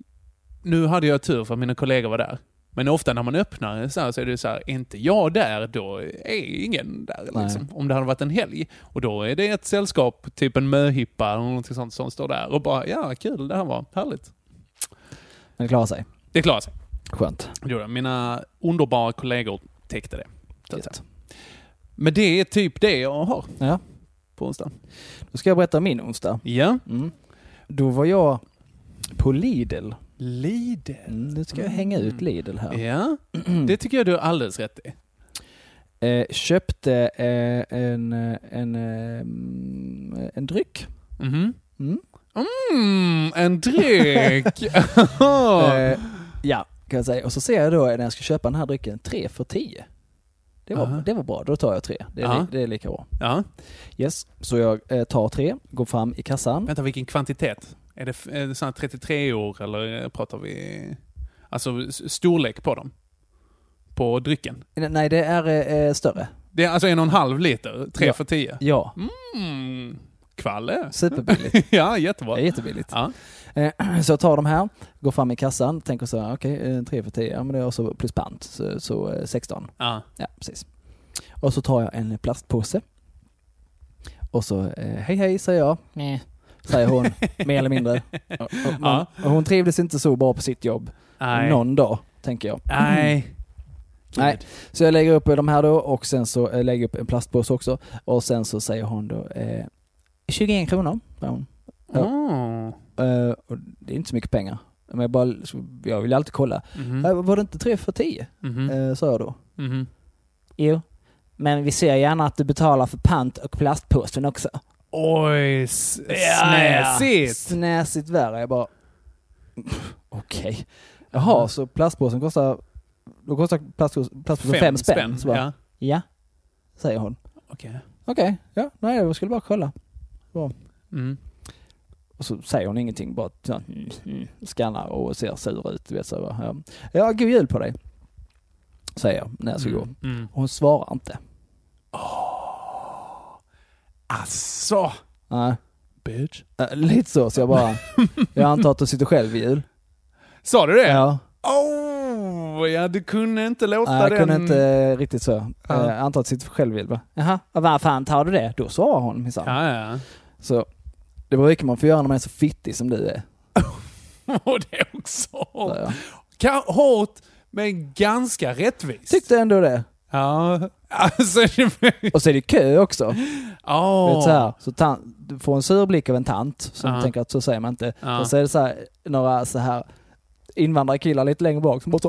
Nu hade jag tur för att mina kollegor var där. Men ofta när man öppnar så, här, så är det så här, inte jag där, då är ingen där. Liksom. Om det hade varit en helg. Och då är det ett sällskap, typ en möhippa eller något sånt som står där. Och bara, ja, kul, det här var härligt. Men det klarar sig. Det klarar sig. Skönt. Mina underbara kollegor täckte det. Så att säga. Men det är typ det jag har. Ja. På onsdag. Då ska jag berätta min onsdag. Ja. Mm. Då var jag på Lidl. Lidl? Mm, nu ska jag hänga ut Lidl här. Ja, det tycker jag du har alldeles rätt i. Eh, köpte eh, en, en, eh, en dryck. Mm-hmm. Mm. Mm, en dryck! eh, ja, kan jag säga. Och så ser jag då när jag ska köpa den här drycken tre för tio. Det var, det var bra, då tar jag tre. Det är, li, det är lika bra. Ja. Yes, så jag eh, tar tre, går fram i kassan. Vänta, vilken kvantitet? Är det, är det sådana trettiotre år eller pratar vi... Alltså storlek på dem? På drycken? Nej, det är eh, större. Det är alltså en och en halv liter, tre ja. för tio? Ja. Mm, kvalle. Superbilligt. Ja, jättebra. Det är jättebilligt. Ja. Eh, så jag tar de här, går fram i kassan, tänker så här, okej, okay, tre för tio, ja, men det är också plus pant, så, så eh, sexton. Ja. Ja, precis. Och så tar jag en plastpåse. Och så, eh, hej hej, säger jag. Nej. Säger hon, mer eller mindre. Och, och, ja. och hon trivdes inte så bra på sitt jobb. Nej. Någon dag, tänker jag. Nej. Mm. Nej. Så jag lägger upp de här då och sen så eh, lägger jag upp en plastpåse också. Och sen så säger hon då, eh, tjugoen kronor. Hon. Ja. Oh. Uh, och det är inte så mycket pengar. Men jag, bara, jag vill alltid kolla. Mm-hmm. Uh, var det inte tre för tio? Mm-hmm. Uh, sa jag då. Mm-hmm. Jo. Men vi ser gärna att du betalar för pant och plastpåsen också. Oj, s- snäsigt. Ja, snäsigt värre. Jag bara, okej. Okay. Jaha, mm. så plastpåsen kostar, då kostar plastpåsen, plastpåsen fem, fem spänn. spänn. Så bara, ja. ja, säger hon. Okej. Okay. Okej, okay. ja, nej, jag skulle bara kolla. Bra. Mm. Och så säger hon ingenting, bara så, mm, mm, skannar och ser sur ut. Vet så, ja. ja, god jul på dig, säger jag när jag ska mm. gå. Mm. Och hon svarar inte. Oh. Asså. Nej. Bitch. Äh, lite så, så jag bara, jag antar att du sitter själv i jul. Sa du det? Ja. Oh, ja, du kunde inte låta Nej, jag den... Jag kunde inte riktigt så. Ja. Jag antar att du sitter själv i jul. Jaha, vad fan tar du det? Då svarar hon, minsann. Ja, ja. Så det brukar man få göra när man är så fittig som du är. Och det är också hårt. Ja, ja. Hårt, men ganska rättvist. Tyckte ändå det. Ja. Alltså, och så är det kö också. Oh. Vet, så här, så tan- du får en sur blick av en tant som uh-huh. tänker att så säger man inte. Uh-huh. Och så är det så här, några så här invandrarkillar lite längre bak som bara så...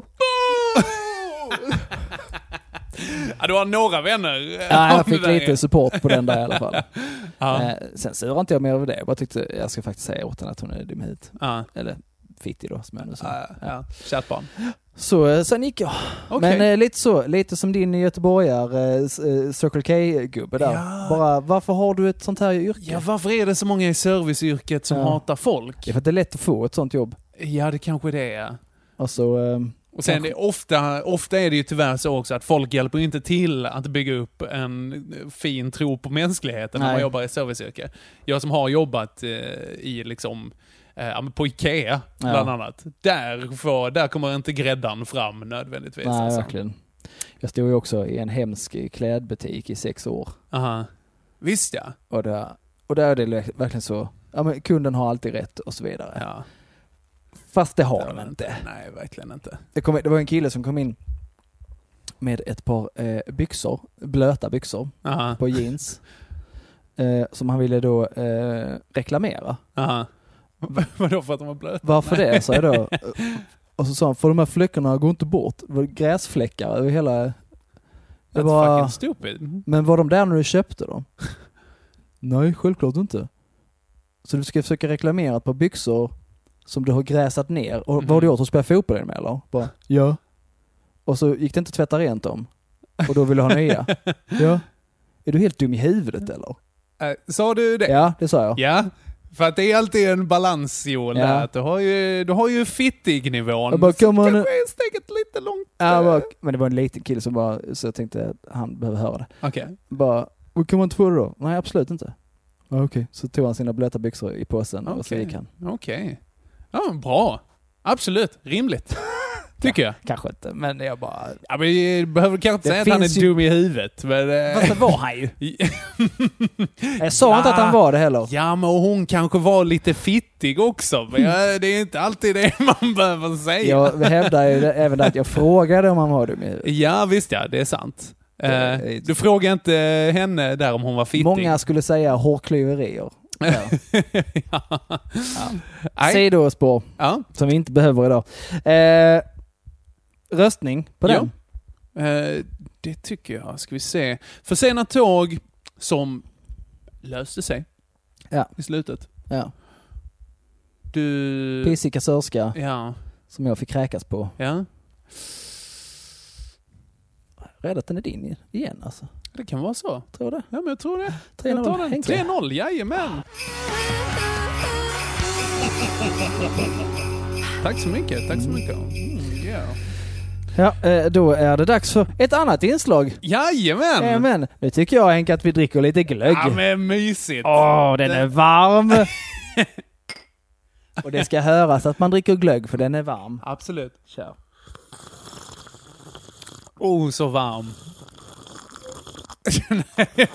Ja, du har några vänner. Ja, jag fick lite support på den där i alla fall. Ja. Eh, sen surade inte jag mer över det. Jag bara tyckte, jag ska faktiskt säga åt henne att hon är dum hit. Ja. Eller fittig då, som jag nu sa. Ja, ja. Chattbarn. Så eh, sen gick jag. Okay. Men eh, lite så, lite som din göteborgar eh, Circle K-gubbe där. Ja. Bara, varför har du ett sånt här yrke? Ja, varför är det så många i serviceyrket som ja. hatar folk? Det är för att det är lätt att få ett sånt jobb. Ja, det kanske det är. Och så... Eh, Och sen det, ofta, ofta är det ju tyvärr så också att folk hjälper inte till att bygga upp en fin tro på mänskligheten när Nej. man jobbar i serviceyrke. Jag som har jobbat eh, i liksom eh, på Ikea bland ja. annat. Där, får, där kommer inte gräddan fram nödvändigtvis. Nej, alltså. verkligen. Jag stod ju också i en hemsk klädbutik i sex år. Aha. Visst ja. Och där, och där är det verkligen så, ja, men kunden har alltid rätt och så vidare. Ja. Fast det har det de inte. Nej, verkligen inte. Det, kom, det var en kille som kom in med ett par eh, byxor, blöta byxor Aha. på jeans. Eh, som han ville då eh, reklamera. Aha. Vadå för att de var blöta? Varför det, sa jag då. Och så sa han, för de här fläckarna går inte bort. Det var gräsfläckar över hela... Det That's var, fucking stupid. men var de där när du köpte dem? Nej, självklart inte. Så du ska försöka reklamera ett par byxor som du har gräsat ner. Och mm. vad har du gjort? Att spela fotboll med eller? Bara, ja. Och så gick det inte att tvätta rent dem. Och då vill du ha nya. Ja. Är du helt dum i huvudet eller? Äh, sa du det? Ja, det sa jag. Ja. För att det är alltid en balans, Joel, ja. där. Du har ju, du har ju fittig-nivån. Jag bara, så man... kanske är steget lite långt. Ja, bara, men det var en liten kille som bara, så jag tänkte att han behöver höra det. Okej. Okay. Bara, kan man inte få det då? Nej, absolut inte. Okej. Okay. Så tog han sina blöta byxor i påsen okay. och så gick han. Okej. Okay. Ja, bra. Absolut. Rimligt. Tycker ja, jag. Kanske inte, men jag bara... Ja, men jag behöver kanske inte säga att han är ju... dum i huvudet. Men... Fast det var han ju. Jag sa ja. inte att han var det heller. Ja, men hon kanske var lite fittig också. Men jag, det är inte alltid det man behöver säga. Jag hävdar ju det, även att jag frågade om han var dum i huvudet. Ja, visst ja. Det är sant. Det, uh, du frågade inte henne där om hon var fittig. Många skulle säga hårklyverier. Ja. ja. Ja. Sidospår ja. Som vi inte behöver idag. Eh, röstning på den? Ja. Eh, det tycker jag. Ska vi se. För sena tåg som löste sig ja. i slutet. Ja. Du... Pissig kassörska ja. som jag fick kräkas på. Ja. Rädd att den är din igen alltså. Det kan vara så. Tror det. Ja, men jag tror det. tre noll. Jag tar den. tre noll, jajamän. Tack så mycket, tack så mycket. Mm, yeah. Ja, då är det dags för ett annat inslag. Jajamän! Jajamän. Nu tycker jag, Henk, att vi dricker lite glögg. Ja, men mysigt. Åh, den är varm. Och det ska höras att man dricker glögg, för den är varm. Absolut. Kör. Oh, så varm. Nej.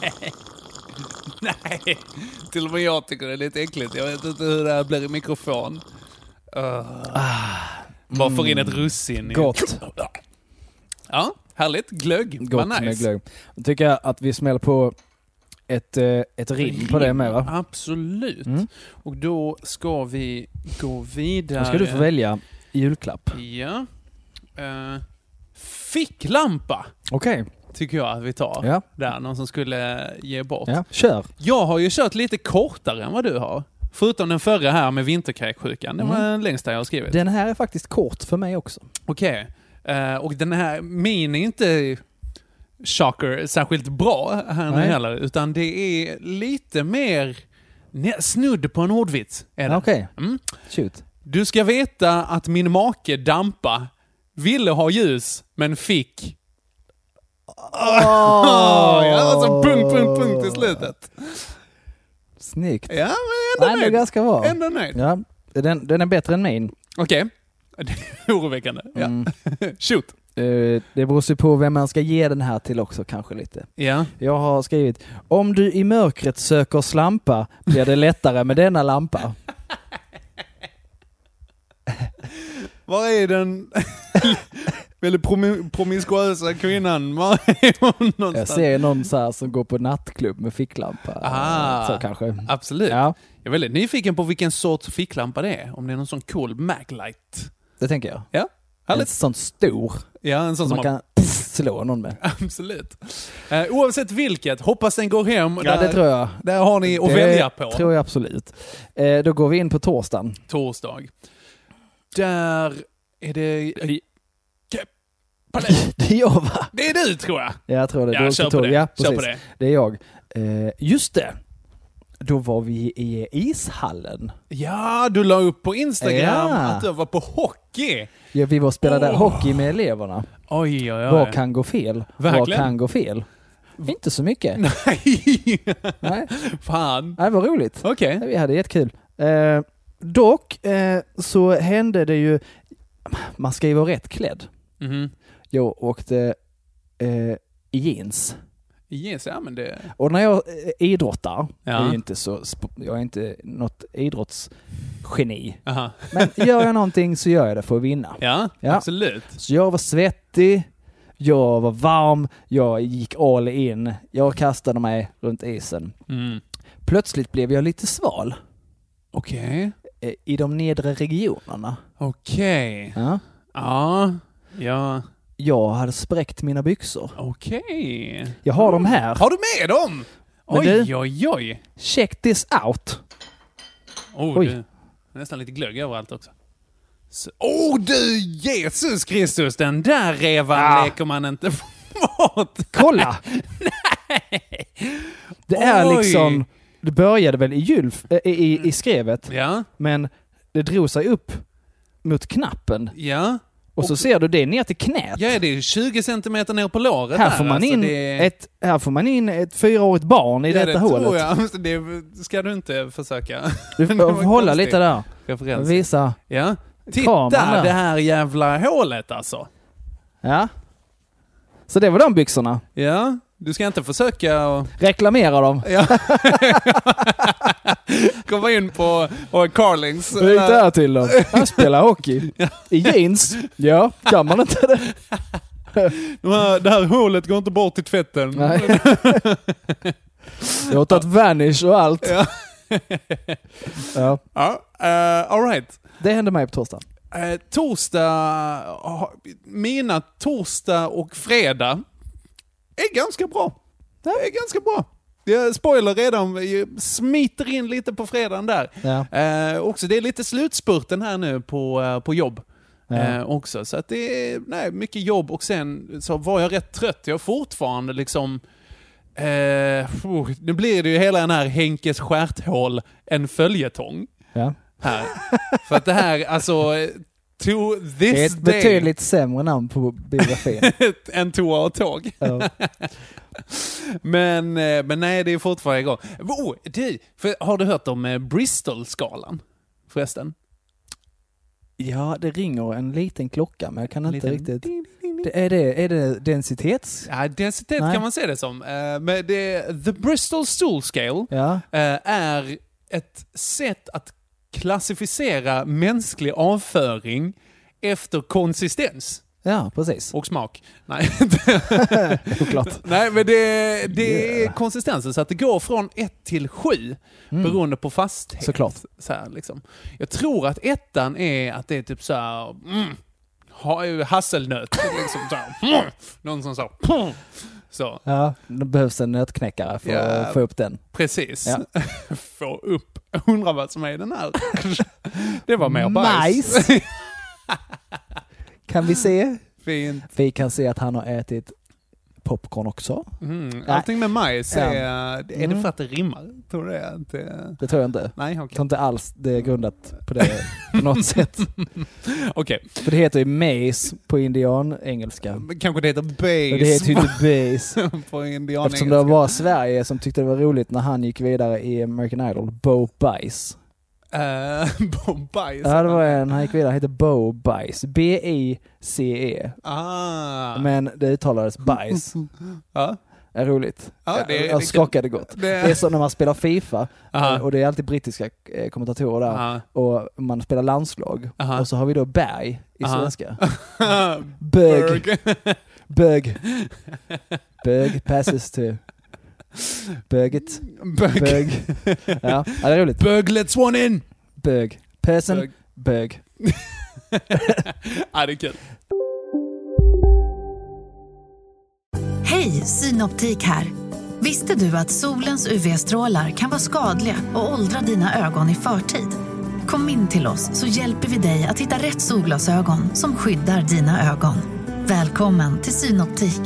Nej. Till och med jag tycker det är lite äckligt. Jag vet inte hur det här blir i mikrofon. Uh. Ah, Bara får in ett russin. Gott. Ja, härligt. Glögg. Gott nice. med glögg. Jag tycker jag att vi smäller på ett, ett rim på det med, va? Absolut. Mm. Och då ska vi gå vidare. Då ska du få välja julklapp. Ja. Uh, ficklampa. Okej. Okay. Tycker jag att vi tar. Ja. Där, någon som skulle ge bort. Ja, kör. Jag har ju kört lite kortare än vad du har. Förutom den förra här med vinterkräksjukan. Den mm. var den längsta jag har skrivit. Den här är faktiskt kort för mig också. Okej. Okay. Uh, och den här, min är inte shocker särskilt bra här nu heller. Utan det är lite mer snudd på en ordvits. Okej. Okay. Mm. Shoot. Du ska veta att min make Dampa ville ha ljus men fick... Oh. Ja, alltså punkt, punkt, punkt i slutet. Snyggt. Ja, men ändå nöjd. Ganska bra. Ändå nöjd. Ja, den, den är bättre än min. Okej. Okay. Det är oroväckande. Mm. Ja. Shoot. Uh, det beror sig på vem man ska ge den här till också, kanske lite. Ja. Jag har skrivit: om du i mörkret söker slampa blir det lättare med denna lampa. Var är den väldigt prom- promiskuösa kvinnan? Var är hon någonstans? Jag ser någon så här som går på nattklubb med ficklampa. Ah, så kanske. Absolut. Ja. Jag är väldigt nyfiken på vilken sorts ficklampa det är. Om det är någon sån cool Maglite. Det tänker jag. Ja. En Härligt. sån stor. Ja, en sån som som man man... kan slå någon med. Absolut. Uh, oavsett vilket, hoppas den går hem. Ja, där, det tror jag. Där har ni att det välja på. tror jag absolut. Eh, då går vi in på torsdagen. Torsdag. Där är det... Det är jag, va? Det är du, tror jag. Jag tror det. Ja, kör på det. Ja, kör på det. Det är jag. Eh, just det. Då var vi i ishallen. Ja, du la upp på Instagram ja. att du var på hockey. Ja, vi var och spelade oh. hockey med eleverna. Oj, oj, oj. Vad kan gå fel? Verkligen? Vad kan gå fel? Inte så mycket. Nej. Nej. Fan. Det var roligt. Okej. Okay. Vi hade jättekul. Eh, dock eh, så hände det ju... Man ska ju vara rätt klädd. Mm-hmm. Jag åkte eh, i jeans. Yes, ja, men det... Och när jag eh, idrottar, ja. är ju inte så, jag är inte något idrottsgeni. Aha. Men gör jag någonting så gör jag det för att vinna. Ja, ja, absolut. Så jag var svettig, jag var varm, jag gick all in. Jag kastade mig runt isen. Mm. Plötsligt blev jag lite sval. Okej. Okay. I de nedre regionerna. Okej. Okay. Ja. Ja. Ja. Jag hade spräckt mina byxor. Okej. Okay. Jag har dem här. Har du med dem? Men oj, du, oj, oj. Check this out. Oh, oj. Du, nästan lite glögg överallt också. Åh oh, du, Jesus Kristus, den där revan ja. leker man inte bort. Kolla! Nej! Det är oj. liksom, det började väl i, gylf, äh, i, i skrevet, ja. men det drog sig upp mot knappen. Ja. Och så ser du det ner till knät. Ja, det är tjugo centimeter ner på låret. Här får man, alltså, in, det... ett, här får man in ett fyraårigt barn i ja, detta det hålet. Tror jag. Det ska du inte försöka. Du får hålla lite där. Referens. Visa. Ja. Titta, det här jävla hålet alltså. Ja. Så det var de byxorna. Ja. Du ska inte försöka och... reklamera dem. Ja. Komma in på och Carlings. Vad gick det här till då? Han spelar hockey. I jeans? Ja, kan man inte det? De här, det här hålet går inte bort i tvätten. Nej. Jag har tagit vanish och allt. Ja. Ja. Ja, uh, all right. Det hände mig på torsdag. Uh, torsdag... Uh, mina torsdag och fredag är ganska bra. Det är ganska bra. Jag spoiler redan, jag smiter in lite på fredagen där. Ja. Eh, också, det är lite slutspurten här nu på, uh, på jobb. Ja. Eh, också. Så att det är nej, mycket jobb och sen så var jag rätt trött. Jag är fortfarande liksom... Eh, oh, nu blir det ju hela den här Henkes stjärthål en följetong. Ja. Här. För att det här, alltså... To this det är ett day. betydligt sämre namn på biografin. En toa och tåg. Ja. men, men nej, det är fortfarande igång. Oh, du, för, har du hört om Bristol-skalan förresten? Ja, det ringer en liten klocka, men jag kan inte liten... riktigt... Det är, det, är det densitets? Ja, densitet nej. Kan man se det som. Uh, men det, the Bristol Stool Scale ja. uh, är ett sätt att klassificera mänsklig avföring efter konsistens. Ja, precis. Och smak. Nej, Såklart. Nej, men det, det yeah. är konsistensen så att det går från ett till sju mm. beroende på fasthet. Såklart. Så här, liksom. Jag tror att ettan är att det är typ så här mm, hasselnöt. liksom, så här, mm, någon som så. Så. Ja, det behövs en nötknäckare för ja, att få upp den. Precis. Ja. Få upp. Undrar vad som är den här. Det var mer bajs. Nice. Kan vi se? Fint. Vi kan se att han har ätit popcorn också. Mm. Allting med majs är, ja. är det för att det rimmar? Tror du det? Det, det tror jag inte. Nej, okay. Jag tror inte alls det är grundat på det på något sätt. Okej. Okay. För det heter ju maize på indian-engelska. Kanske det heter base. Och det heter ju inte base. på indian-engelska. Eftersom det var Sverige som tyckte det var roligt när han gick vidare i American Idol. Bo Bice. Uh, Bo Bice? Ja, det var en. Han gick vidare. Han heter Bo Bice. B I C E. Ah. Men det uttalades Bice. Ja. är roligt. Ja, det, jag jag det, skakade gott. Det... det är som när man spelar FIFA. Aha. Och det är alltid brittiska kommentatorer där. Aha. Och man spelar landslag. Aha. Och så har vi då Berg i Aha. svenska. Bög. Bög. Bög passes to Böget. Bög. Bög. Ja, det är roligt. Bög, let's one in. Bög. Person. Bög. Bög. Ja, det är kul. Hej, Synoptik här. Visste du att solens U V-strålar kan vara skadliga och åldra dina ögon i förtid? Kom in till oss så hjälper vi dig att hitta rätt solglasögon som skyddar dina ögon. Välkommen till Synoptik.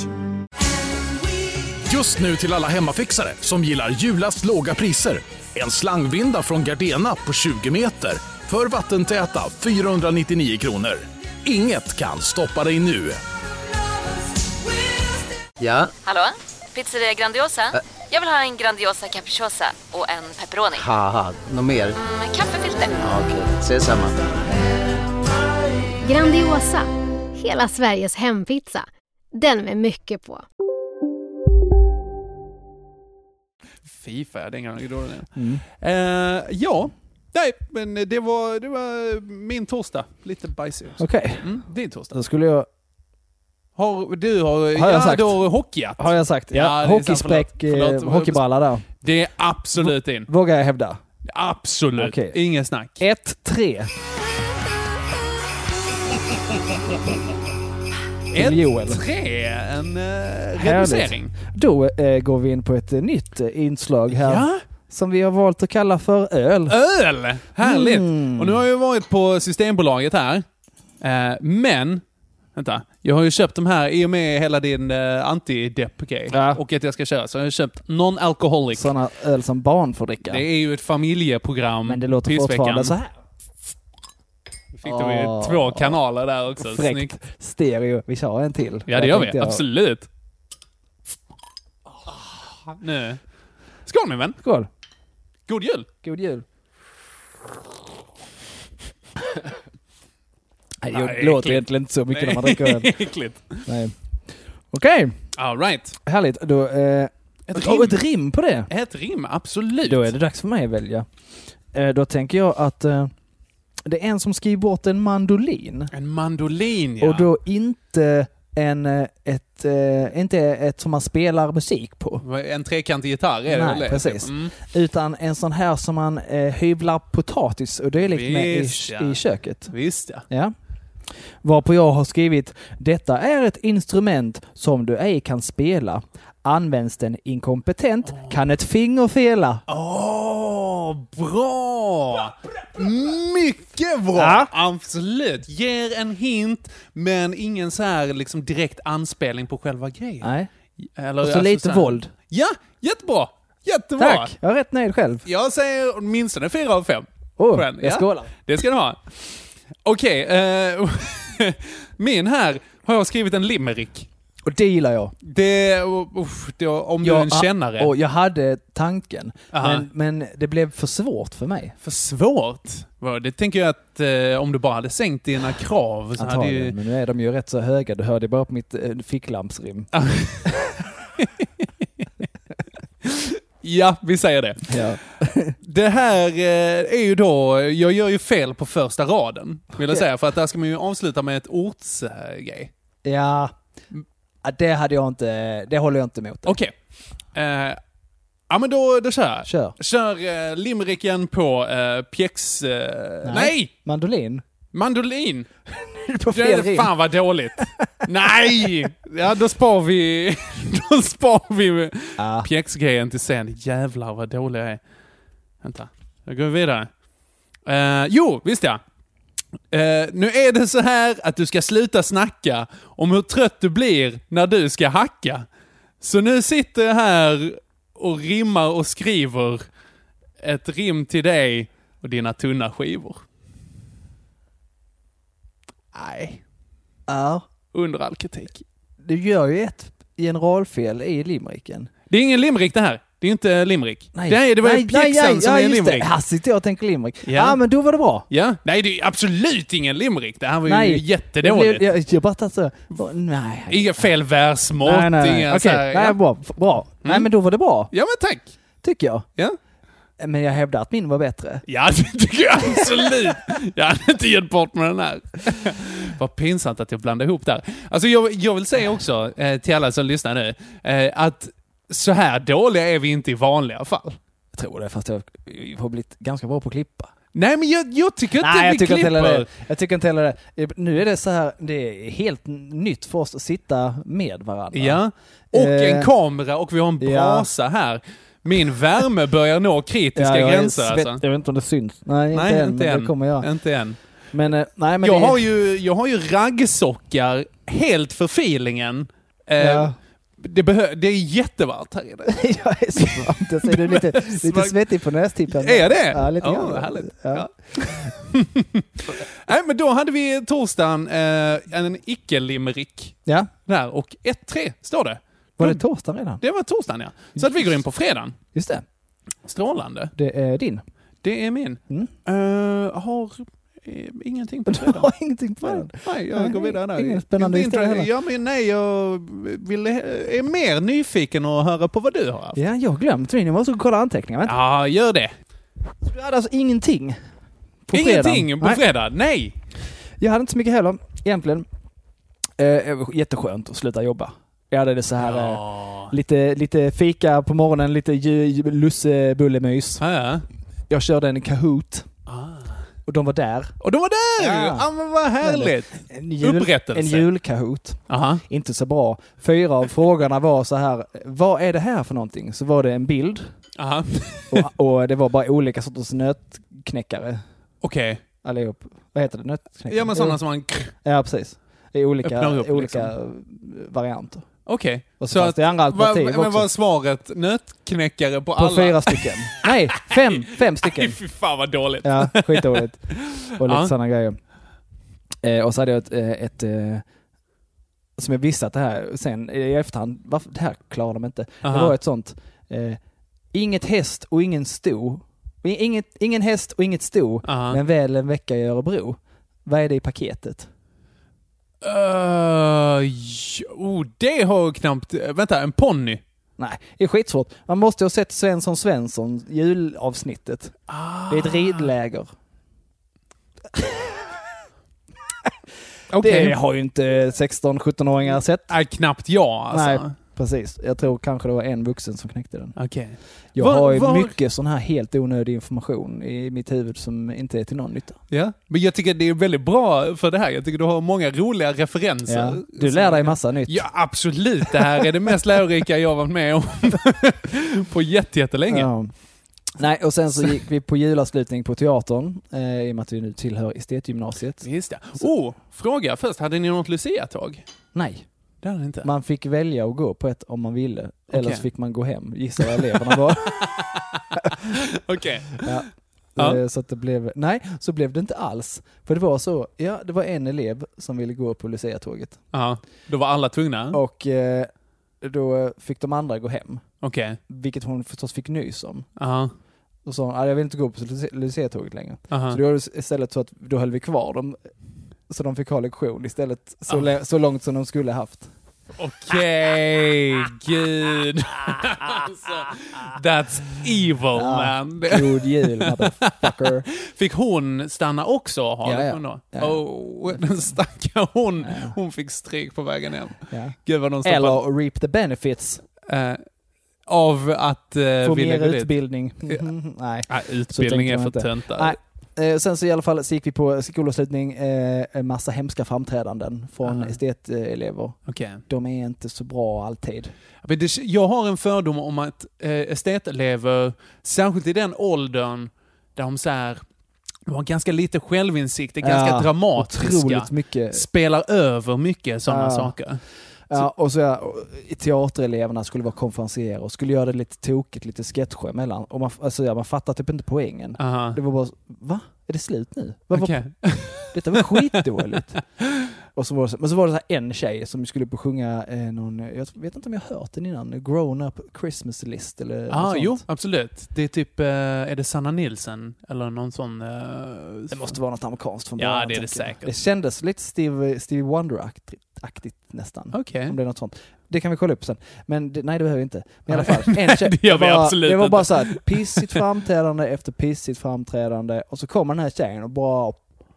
Just nu till alla hemmafixare som gillar julast låga priser. En slangvinda från Gardena på tjugo meter för vattentäta fyrahundranittionio kronor. Inget kan stoppa dig nu. Ja? Hallå? Pizzeria Grandiosa? Ä Jag vill ha en Grandiosa capriciosa och en pepperoni. Haha, något mer? Mm, kaffefilter. Ja, okej, okay. Ses samma. Grandiosa, hela Sveriges hempizza. Den med mycket på. FIFA, den gången då. Mm. Uh, ja, nej, men det var, det var min torsdag. Lite bajsig. Okej. Okay. Mm, din torsdag. Då skulle jag... Har du har, har jag ja, sagt? Du har hockeyat. Har jag sagt? Ja, ja hockeyspäck, eh, hockeybralla där. Det är absolut in. Vågar jag hävda? Absolut. Okay. Ingen snack. ett tre ett tre En uh, reducering. Då uh, går vi in på ett uh, nytt uh, inslag här. Ja? Som vi har valt att kalla för öl. Öl! Härligt. Mm. Och nu har jag varit på Systembolaget här. Uh, men... Vänta, jag har ju köpt de här i och med hela din uh, anti-depp-grej. Ja. Och att jag ska köra. Så jag har köpt non-alcoholic. Sådana öl som barn får dricka. Det är ju ett familjeprogram. Men det låter fortfarande så här. Fick oh. vi två kanaler där också. Fräckt. Snyggt. Stereo. Vi kör en till. Ja, det gör vi. Jag... Absolut. Oh, nu. Skål, min vän. Skål. God jul. God jul. Nej, det Nej, låter äckligt. Egentligen inte så mycket när man dricker öl. Äckligt. Nej. Okej. Okay. All right. Härligt. Då, eh, ett, rim. ett rim på det. Ett rim, absolut. Då är det dags för mig att välja. Eh, då tänker jag att eh, det är en som skriver bort en mandolin. En mandolin, ja. Och då inte en ett, eh, inte ett som man spelar musik på. En trekantig gitarr är det. Nej, precis. Mm. Utan en sån här som man eh, hyvlar potatis och det är lite med i, ja. i köket. Visst, ja. Ja. Varpå jag har skrivit: detta är ett instrument som du ej kan spela. Används den inkompetent oh. kan ett finger fela. Åh, oh, bra! Mycket bra! Ja. Absolut. Ger en hint, men ingen så här liksom direkt anspelning på själva grejen. Nej. Eller, och så alltså lite så här... våld. Ja, jättebra. Jättebra. Tack, jag är rätt nöjd själv. Jag säger åtminstone fyra av fem. Åh, oh, jag skålar. Ja, det ska du ha. Okej, okay, uh, min här har jag skrivit en limerick. Och det gillar jag. Det, uff, det om jag, du är en kännare. Och jag hade tanken, men, men det blev för svårt för mig. För svårt? Det tänker jag att eh, om du bara hade sänkt dina krav så hade ju... Men nu är de ju rätt så höga. Du hörde bara på mitt eh, ficklampsrim. Ja, vi säger det. Ja. Det här eh, är ju då, jag gör ju fel på första raden, vill jag säga. För att där ska man ju avsluta med ett ortsgrej. Eh, ja, det hade jag inte, det håller jag inte emot. Okej. Okay. Eh, ja, men då, då kör jag. Kör. Kör eh, limericken på eh, pjäx... Eh, nej. nej! Mandolin. Mandolin. På fel det, fan vad dåligt. Nej! Ja, då spar vi då spar vi ah. pjäxgrejen till sen. Jävlar vad dålig jag är. Vänta, jag går vidare. Uh, jo, visst ja. Uh, nu är det så här att du ska sluta snacka om hur trött du blir när du ska hacka. Så nu sitter jag här och rimmar och skriver ett rim till dig och dina tunna skivor. Nej. Ja. Under all kritik. Du gör ju ett generalfel i limericken. Det är ingen limerick det här. Det är inte limerick. Nej. Det, är, det var nej, pjäxan nej, som ja, är just limerick. det. Här sitter jag och tänker limerick. Ja. Ja. ah, men då var det bra. Ja. Nej, det är absolut ingen limerick. Det här var nej. ju jättedåligt. Jag, jag, jag bara tatt så. Nej. Inga fel versmått. Nej, nej, nej. Inga Okej, så här, nej, ja. bra. bra. Mm. Nej, men då var det bra. Ja, men tack. Tycker jag. Ja. Men jag hävdar att min var bättre. Ja, det tycker jag absolut. Jag hade inte gett bort med den här. Vad pinsamt att jag blandade ihop där. Alltså jag, jag vill säga också eh, till alla som lyssnar nu eh, att så här dåliga är vi inte i vanliga fall. Jag tror det, fast jag har blivit ganska bra på att klippa. Nej, men jag, jag tycker inte Nej, vi jag tycker klipper. inte det. Jag tycker inte heller det. Nu är det så här, det är helt nytt för oss att sitta med varandra. Ja, och eh, en kamera och vi har en brasa ja. här. Min värme börjar nå kritiska ja, gränser. Svett, alltså. Jag vet inte om det syns. Nej, inte nej, än, inte men än. det kommer jag. Inte än. Men, eh, nej, men jag, det... har ju, jag har ju raggsockar helt för feelingen. Eh, ja. det, behö- det är jättevarmt här inne. Jag är så varmt. Jag ser du lite, lite svettig på nästippen. Är det? Ja, lite oh, grann. Härligt. Ja. Ja. Nej, men då hade vi torsdagen eh, en icke-limerick. Ja. Där, och ett tre står det. Var det torsdagen redan? Det var torsdagen, ja. Så att vi går in på fredagen. Just det. Strålande. Det är din. Det är min. Mm. Uh, har eh, ingenting på fredagen. Du har ingenting på fredagen? Nej, jag nej, går vidare där. Ingen spännande historia heller. Ja, men nej, jag vill, är mer nyfiken att höra på vad du har haft. Ja, jag har glömt min. Jag måste kolla anteckningar. Ja, gör det. Så du hade alltså ingenting på ingenting fredagen? på nej. fredag? Nej. Jag hade inte så mycket heller, egentligen. Eh, jätteskönt att sluta jobba. Jag hade det så här ja. eh, lite, lite fika på morgonen, lite ju, lussebullemys. Ja, ja. Jag körde en Kahoot. Ah. Och de var där. Och de var där! Ja, ja men vad härligt. En, jul, Upprättelse. En julkahoot. Aha. Inte så bra. Fyra av frågorna var så här, vad är det här för någonting? Så var det en bild. Aha. och, och det var bara olika sorters nötknäckare. Okej. Okay. Allihop. Vad heter det? Nötknäckare? Ja, men sådana som man... Ja, precis. Det är olika, upp, olika liksom. varianter. Okej. Okay. Och så, så att det andra alternativ va, också. Men var svaret nötknäckare på, på alla? På fyra stycken. Nej, fem. Fem stycken. Nej, fy fan vad dåligt. Ja, skitdåligt. Och lite ja. sådana grejer. Eh, och så hade jag ett, ett, ett som jag visste att det här sen i efterhand, varför, det här klarar de inte. Aha. Det var ett sånt eh, inget häst och ingen sto. Inget, ingen häst och inget sto, aha. Men väl en vecka i Örebro. Vad är det i paketet? Uh, oh, det har knappt... Vänta, en ponny? Nej, det är skitsvårt. Man måste ha sett Svensson Svensson julavsnittet. Ah. Det är ett ridläger. Okay. Det har ju inte sexton-sjutton-åringar sett. Nej, knappt jag alltså. Nej, precis. Jag tror kanske det var en vuxen som knäckte den. Okej. Okay. Jag var, har ju var... mycket sån här helt onödig information i mitt huvud som inte är till någon nytta. Ja, men jag tycker det är väldigt bra för det här. Jag tycker du har många roliga referenser. Ja, du lär dig massa nytt. Ja, absolut. Det här är det mest lärorika jag har varit med om på jättelänge. Ja. Nej, och sen så gick vi på julavslutning på teatern eh, i och med att vi nu tillhör estetgymnasiet. Just det. Oh, fråga först. Hade ni något luciatåg? Nej. Det hade ni inte. Man fick välja att gå på ett om man ville. Okay. Eller så fick man gå hem. Gissa vad eleverna var. Okej. Okay. Ja. Ja. Så att det blev, nej, så blev det inte alls. För det var så, ja, det var en elev som ville gå på luciatåget. Ja, då var alla tvungna. Och eh, då fick de andra gå hem. Okej. Okay. Vilket hon förstås fick nys om. Ja. Och sa hon, jag vill inte gå på luciatåget längre. Aha. Så då var det istället så att då höll vi kvar dem. Så de fick ha lektion istället så, ah. le- så långt som de skulle haft. Okej, okay, gud. alltså, that's evil, ja, man. God jul, motherfucker. Fick hon stanna också och ha ja, lektion då? Ja. Oh, den stackar hon. Ja. Hon fick stryk på vägen hem. Ja. Gud vad de stoppade. Eller reap the benefits. Uh, av att uh, få mer utbildning. Mm-hmm. Nej. Ah, utbildning är för töntar. Nej. Eh, sen så i alla fall så gick vi på skolavslutning eh, en massa hemska framträdanden från estetelever. Okay. De är inte så bra alltid. Men det, jag har en fördom om att eh, estetelever, särskilt i den åldern där de så här, de har ganska lite självinsikt, är ganska ja, dramatiska, mycket. Spelar över mycket sådana ja. saker. Ja, och så ja, teatereleverna skulle vara konferenser och skulle göra det lite tokigt, lite sketcher emellan. Och man, alltså, ja, man fattar typ inte poängen. Uh-huh. Det var bara, va? Är det slut nu? Va, okay. va? Detta var skitdåligt. Och så var det, men så var det så här en tjej som skulle upp och sjunga eh, någon, jag vet inte om jag har hört den innan, Grown Up Christmas List eller ah, något sånt. Jo, absolut. Det är typ, eh, är det Sanna Nilsson eller någon sån? Eh, det måste vara något amerikanskt från början. Ja, det är det säkert. Det kändes lite Steve, Stevie Wonder-aktigt nästan. Okej. Okay. Om det är något sånt. Det kan vi kolla upp sen. Men det, nej, det behöver vi inte. Men i alla fall, en tjej, det gör vi bara, absolut det var inte. bara så här pissigt framträdande efter pissigt framträdande och så kommer den här tjejen och bara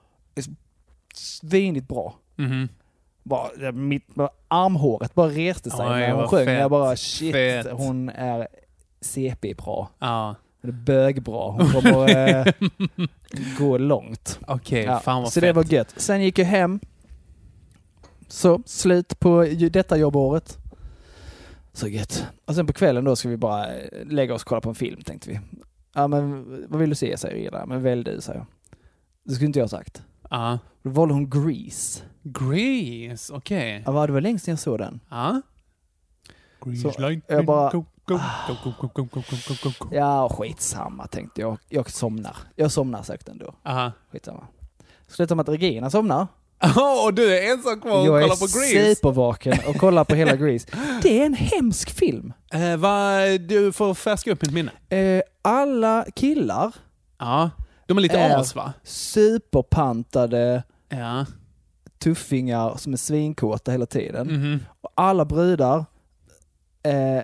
svinigt bra. Mhm. Bara, mitt bara, armhåret bara reste sig Oj, när hon sjöng. Fett. Jag bara shit, Fett. hon är C P-bra. Ja. Hon är bögbra. Hon kommer äh, gå långt. Okej, okay, ja, fan vad så fett. det var gött. Sen gick jag hem. Så, slut på detta jobbåret. Så gött. Och sen på kvällen då ska vi bara lägga oss och kolla på en film, tänkte vi. Ja, men vad vill du se, säger Ida? Men välj du, säger jag. Det skulle inte jag ha sagt. Ja. Uh. Då valde hon Grease. Grease, okej. Okay. Ja, det var länge sedan jag såg den. Ja. Så jag bara... Go, go, go, go, go, go, go, go, go. Ja, skitsamma, tänkte jag. Jag somnar. Jag somnar säkert ändå. Aha. Skitsamma. Slutar med att Regina somnar. Oh, och du är ensam kvar och kollar på Grease. Jag är supervaken och kollar på hela Grease. Det är en hemsk film. Eh, vad, du får färska upp mitt minne. Eh, alla killar... Ja, de är lite är as, va? Superpantade ja. tuffingar som är svinkåta hela tiden. Mm-hmm. Och alla brudar eh,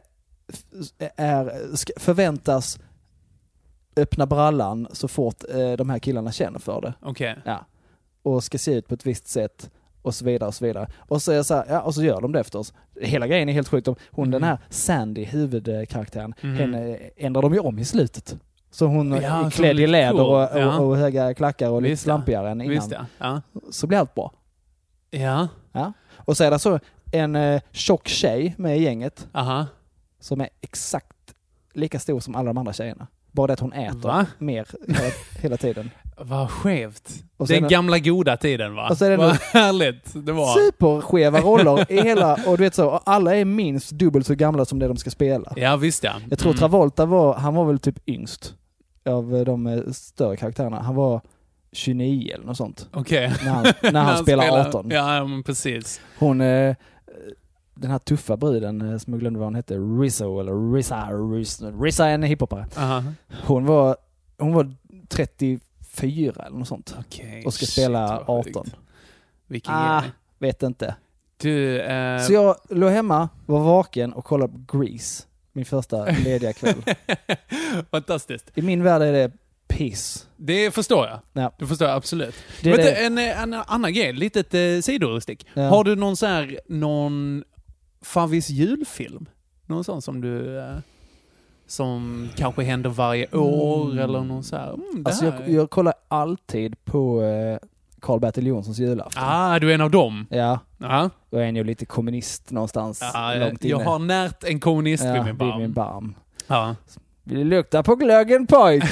är, förväntas öppna brallan så fort eh, de här killarna känner för det. Okej. Okay. Ja. Och ska se ut på ett visst sätt och så vidare och så vidare. Och så, är så här, ja, och så gör de det efter oss. Hela grejen är helt sjukt. Hon, mm. den här Sandy, huvudkaraktären, mm. henne ändrar de ju om i slutet. Så hon ja, är klädd i läder cool. och, ja. och, och höga klackar och lite slampigare än innan. Visst, ja. Ja. Så blir allt bra. Ja. Ja. Och så är det så en eh, tjock tjej med i gänget. Aha. Som är exakt lika stor som alla de andra tjejerna. Bara det att hon äter Va? mer hela, hela tiden. Vad skevt. Och den är gamla goda tiden, va? Och så är det vad härligt det var. Superskeva roller i hela, och du vet så, och alla är minst dubbelt så gamla som det de ska spela. Ja, visst ja. Jag tror mm. Travolta var, han var väl typ yngst av de större karaktärerna. Han var tjugonio eller något sånt. Okej. Okay. När han, när han, han spelar, spelar arton. Ja, men precis. Hon, eh, den här tuffa bruden, som jag glömde vad hon hette, Rizzo eller Rizza, Rizza, Rizza är en hiphopare. Uh-huh. Hon var, hon var trettiofyra eller något sånt. Okay, och ska spela shit, arton. Vilken ah, grej. Vet inte. Du, uh... Så jag låg hemma, var vaken och kollade på Grease. Min första lediga kväll. Fantastiskt. I min värld är det piss. Det förstår jag. Ja. Det förstår jag absolut. Det Vet det. Du, en, en annan grej, litet eh, sidostick. Ja. Har du någon så här, någon favvis julfilm? Någon sån som du... Eh, som kanske händer varje år mm. eller någon så här. Mm, alltså jag, jag kollar alltid på eh, Karl-Bertil Jonssons julafton. Ah, du är en av dem. Ja. Ja. Jag är ju lite kommunist någonstans ja, långt inne. Jag har närt en kommunist ja, vid min barm. Vid min barm. Ja. Vill du lukta på glöggen, pojk?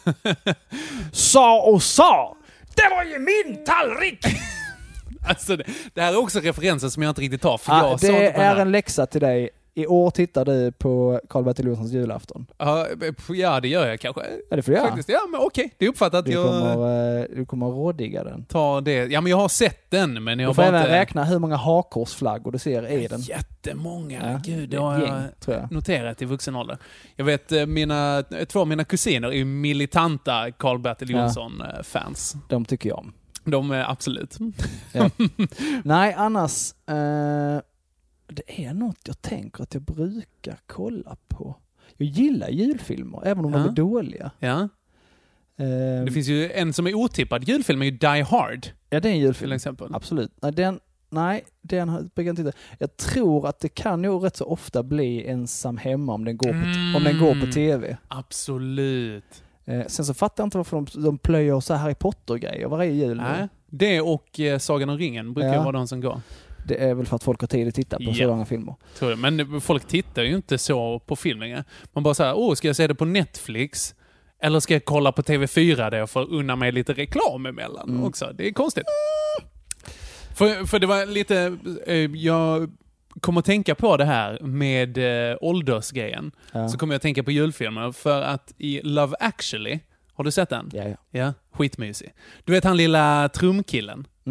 Sa och sa! Det var ju min tallrik! Alltså det, det här är också referenser som jag inte riktigt tar. För ja, jag det sa inte är en läxa till dig. I år tittar du på Karl-Bertil Jonssons julafton. Uh, ja, det gör jag kanske. Ja, det får jag. Faktiskt. Ja, men okej. Det är uppfattat. Du jag kommer, du kommer rådiga den. Ta det. Ja, men jag har sett den, men jag du får bara även inte... räkna hur många hakkorsflaggor du ser i den. Jättemånga. Ja, Gud, det har gäng, jag, tror jag noterat i vuxen ålder. Jag vet, mina, två av mina kusiner är militanta Karl-Bertil Jonsson-fans. Ja, de tycker jag om. De är absolut. Ja. Nej, annars... Uh... Det är något jag tänker att jag brukar kolla på. Jag gillar julfilmer, även om ja. de är dåliga. Ja. Um, det finns ju en som är otippad julfilm, är ju Die Hard. Ja, det är en julfilm. Till exempel. Absolut. Nej, den, nej, den brukar jag inte titta. Jag tror att det kan nog rätt så ofta bli ensam hemma om den går på, mm. om den går på tv. Absolut. Eh, sen så fattar jag inte varför de, de plöjer så här Harry Potter-grejer varje jul. Nej, det och eh, Sagan om ringen brukar ja. vara de som går. Det är väl för att folk har tid att titta på ja. så långa filmer. Tror jag. Men folk tittar ju inte så på filmen. Man bara säger, åh, ska jag se det på Netflix? Eller ska jag kolla på T V fyra där jag får unna mig lite reklam emellan mm. också? Det är konstigt. Mm. För, för det var lite... Eh, jag kommer att tänka på det här med eh, åldersgrejen. Ja. Så kommer jag att tänka på julfilmer. För att i Love Actually... Har du sett den? Ja, ja. Ja, skitmysig. Du vet han lilla trumkillen? Mm.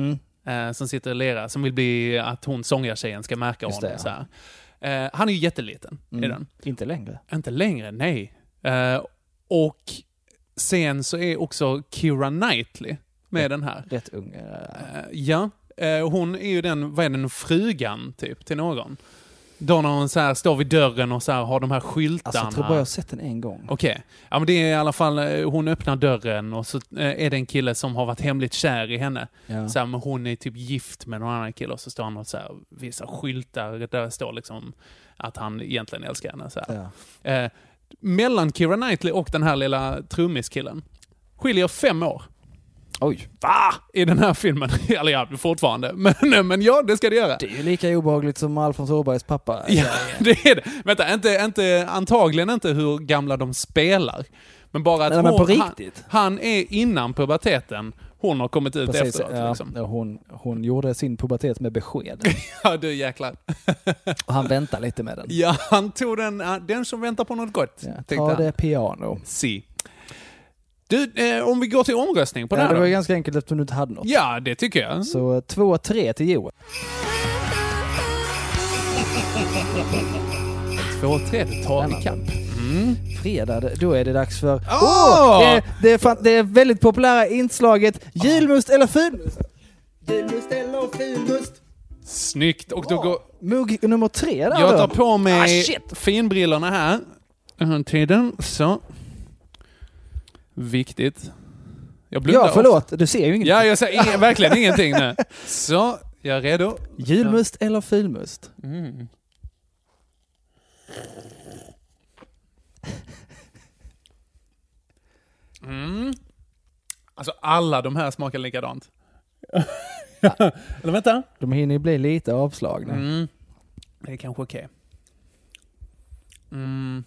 eh, som sitter och lerar, som vill bli att hon sångartjejen ska märka Just honom. det, Så här. Eh, han är ju jätteliten mm. i den. Inte längre. Inte längre, nej. Eh, och sen så är också Keira Knightley med rätt, den här. Rätt ung. Uh... Eh, ja, eh, hon är ju den, vad är den, frugan typ till någon. Då när hon så här står vid dörren och så här har de här skyltarna. Alltså, jag tror bara jag har sett den en gång. Okej. Okay. Ja, men det är i alla fall, hon öppnar dörren och så är det en kille som har varit hemligt kär i henne. Ja. Så här, men hon är typ gift med någon annan kille och så står han och så här, visar skyltar där det står liksom att han egentligen älskar henne. Så här. Ja. Eh, mellan Keira Knightley och den här lilla trummiskillen skiljer fem år. Oj. Va? I den här filmen. Eller ja, fortfarande. Men, men ja, det ska det göra. Det är ju lika obehagligt som Alfons Åbergs pappa. Ja, det är det. Vänta, inte, inte, antagligen inte hur gamla de spelar. Men bara att Nej, hon, men på riktigt. Han, han är innan puberteten. Hon har kommit ut Precis, efteråt. Ja, liksom. hon, hon gjorde sin pubertet med besked. Ja, du jäklar. Och han väntar lite med den. Ja, han tog den, den som väntar på något gott. Ja, ta det piano. Si. Du, eh, om vi går till omröstning på ja, det här det var då. ganska enkelt eftersom du inte hade något. Ja, det tycker jag. Så två tre till Joel. två tre, det tar vi kamp. Mm. Fredag, då är det dags för... Åh! Oh! Det, det, är fan, det är väldigt populära inslaget julmust eller filmust. Julmust eller filmust. Snyggt. Och då oh. går... Mugg nummer tre där Jag då. tar på mig ah, shit. finbrillorna här. Under tiden, så... Viktigt. Jag blundar. Ja, förlåt. Också. Du ser ju ingenting. Ja, jag ser ingen, verkligen ingenting nu. Så, jag är redo. Julmust så. Eller filmust? Mm. Mm. Alltså, alla de här smakar likadant. Eller vänta. De hinner ju bli lite avslagna. Mm. Det är kanske okej. Okay. Mm.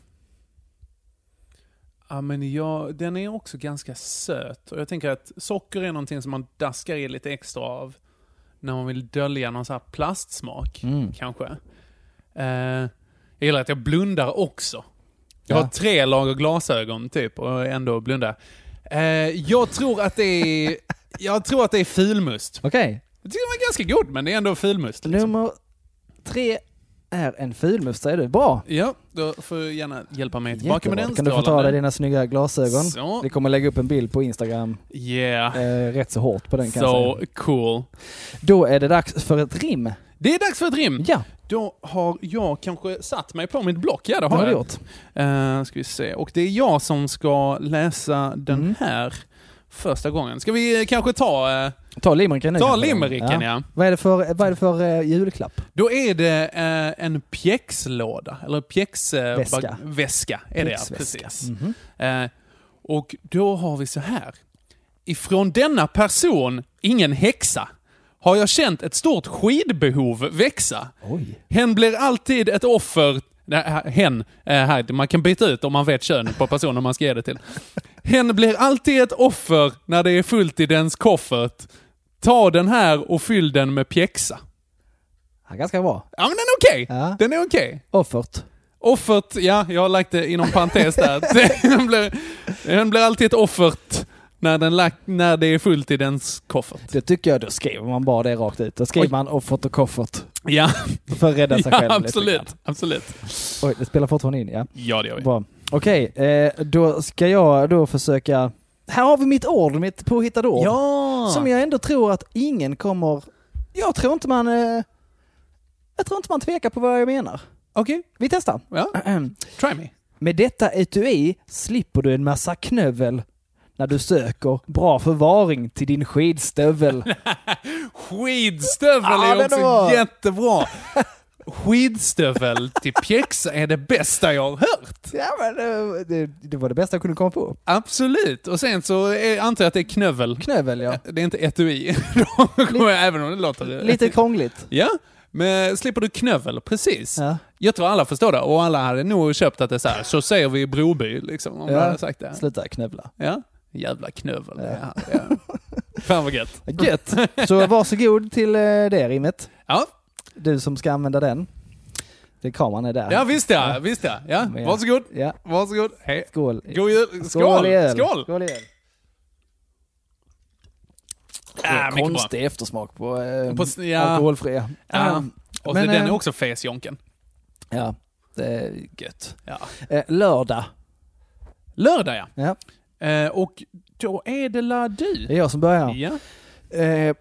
Ja, men jag, den är också ganska söt. Och jag tänker att socker är någonting som man daskar i lite extra av när man vill dölja någon sån här plastsmak, mm. kanske. Eh, jag gillar att jag blundar också. Jag ja. har tre lager glasögon typ och ändå blundar. Eh, jag tror att det är jag tror att det är filmust. Okej. Okay. Jag tycker det var ganska god, men det är ändå filmust. Liksom. Nummer tre är en filmust, är det bra? Ja, då får du gärna hjälpa mig tillbaka Jättebra. med den. Kan du få ta dig dina snygga glasögon? Så. Vi kommer lägga upp en bild på Instagram. Yeah. Eh, rätt så hårt på den kan so jag säga. Cool. Då är det dags för ett rim. Det är dags för ett rim. Ja. Då har jag kanske satt mig på mitt block. Ja, det har det jag. gjort. Uh, ska vi se. Och det är jag som ska läsa den mm. här första gången. Ska vi kanske ta... Uh, Ta limericken nu. Ta limericken, ja. ja. Vad är det för, vad är det för uh, julklapp? Då är det uh, en pjäxlåda. Eller pjäx... Uh, väska. Väska är det, ja. Precis. Mm-hmm. Uh, och då har vi så här. Ifrån denna person, ingen häxa, har jag känt ett stort skidbehov växa. Oj. Hen blir alltid ett offer... Nej, hen, här, man kan byta ut om man vet könet på personen man ska ge det till. Hen blir alltid ett offer när det är fullt i dens koffert. Ta den här och fyll den med pjäxa. Ja, ganska bra. Ja, men den är okej. Okay. Ja. Den är okej. Okay. Offert. Offert, ja, jag har lagt det inom parentes där. Den blir, den blir alltid ett offert när, den lagt, när det är fullt i dens koffert. Det tycker jag, då skriver man bara det rakt ut. Då skriver Oj. man offert och koffert. Ja. För att rädda sig ja, själv. absolut. absolut. Oj, det spelar fortfarande in, ja? Ja, det gör vi. Bra. Okej, eh, då ska jag då försöka... Här har vi mitt ord, mitt påhittade ord. Ja! Som jag ändå tror att ingen kommer... Jag tror inte man... Eh... Jag tror inte man tvekar på vad jag menar. Okej. Okay. Vi testar. Ja. Try me. Med detta etui slipper du en massa knövel när du söker bra förvaring till din skidstövel. Skidstövel ja, är också var... jättebra. Skidstövel till pjäxa är det bästa jag har hört. Ja, men det, det, det var det bästa jag kunde komma på. Absolut. Och sen så är, antar jag att det är knövel. Knövel, ja. Det är inte etui. Då kommer jag, även om det låter... Lite krångligt. Ja, men slipper du knövel, precis. Ja. Jag tror alla förstår det. Och alla hade nog köpt att det är så här. Så säger vi i Broby, liksom, om ja. jag hade sagt det. Sluta knövla. Ja. Jävla knövel. Ja. Ja, ja. Fan vad gött. Gött. Så varsågod till det rimmet. Ja. Du som ska använda den. Det kameran är där. Ja, visst ja. Visst ja. Ja. Varsågod. Ja. Varsågod. Hej. Skål. God jul. Skål. Skål. Skål. Skål igen. Ja, äh, konstig bra. Eftersmak på, eh, på ja. alkoholfria. Ja. Um, och men, den är eh, också fesjonken. Ja, det är gött. Ja. Eh, lördag. Lördag, ja. ja. Eh, och då är det la du. Det är jag som börjar. Ja. Eh,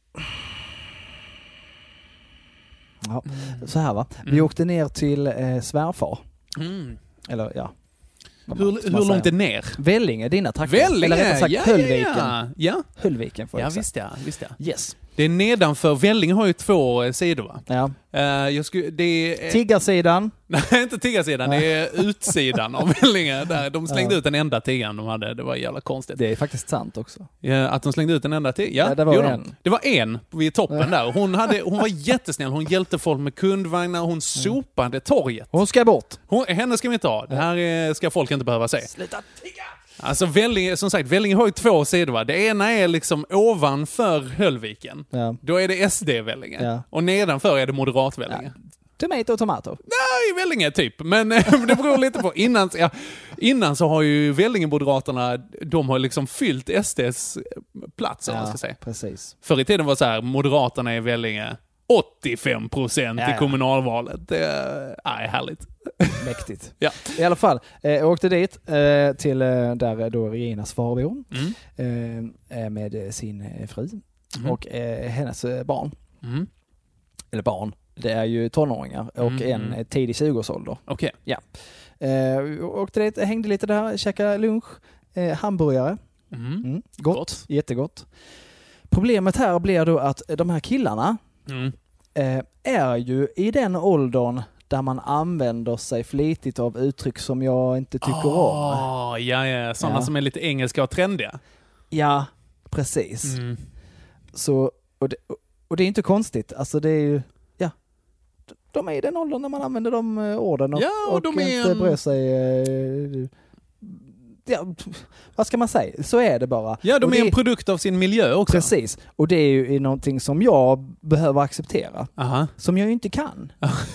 ja. Mm. Så här va. Vi mm. åkte ner till eh, svärfar. Mm. Eller ja. Hur, hur långt är ner? Vällinge, dina trakter. Vällinge, eller rättare sagt ja, Höllviken. Ja, ja. Höllviken får jag ja, säga. visst ja, visst ja. Yes. Det är nedanför. Vällinge har ju två sidor va? Ja. Uh, jag skulle, det är... Tiggarsidan. Nej, inte tiggarsidan. Det är utsidan av Vällinge. Där de slängde ja. ut den enda tiggaren de hade. Det var jävla konstigt. Det är faktiskt sant också. Ja, att de slängde ut en enda tiggare. Ja, ja, det var jo, en. Det var en vid toppen där. Hon, hade, hon var jättesnäll. Hon hjälpte folk med kundvagnar. Hon sopade torget. Hon ska bort. Hon, henne ska vi inte ha. Det här ska folk inte behöva se. Sluta tigga! Alltså Vällinge, som sagt, Vällinge har ju två sidor va. Det ena är liksom ovanför Höllviken. Ja. Då är det S D-Vällinge. Ja. Och nedanför är det Moderat-Vällinge. Ja. Tomato och tomato. Nej, Vällinge typ. Men det beror lite på. Innan, ja, innan så har ju Vällinge-moderaterna, de har liksom fyllt S D:s plats. Ja, man ska säga. Precis. Förr i tiden var så här, Moderaterna i Vällinge åttiofem procent ja, ja. i kommunalvalet. Det är, är härligt. Mäktigt. Ja. I alla fall, eh, jag åkte dit eh, till eh, där då Reginas far bor mm. eh, med sin fru mm. och eh, hennes barn. Mm. Eller barn. Det är ju tonåringar och mm. en tidig tjugoårsålder. Okej. Okay. Ja. Eh, åkte dit, hängde lite där, käkade lunch, eh, hamburgare. Mm. Mm. Gott, Gott, jättegott. Problemet här blir då att de här killarna mm. eh, är ju i den åldern där man använder sig flitigt av uttryck som jag inte tycker oh, om. Ja, ja. Sådana ja. som är lite engelska och trendiga. Ja, precis. Mm. Så, och, det, och det är inte konstigt. Alltså det är ju, ja, de är i den åldern när man använder de orden och, ja, och, och de inte en... bryr sig. Ja, vad ska man säga? Så är det bara. Ja, de och är det, en produkt av sin miljö också. Precis. Och det är ju någonting som jag behöver acceptera. Aha. Som jag ju inte kan.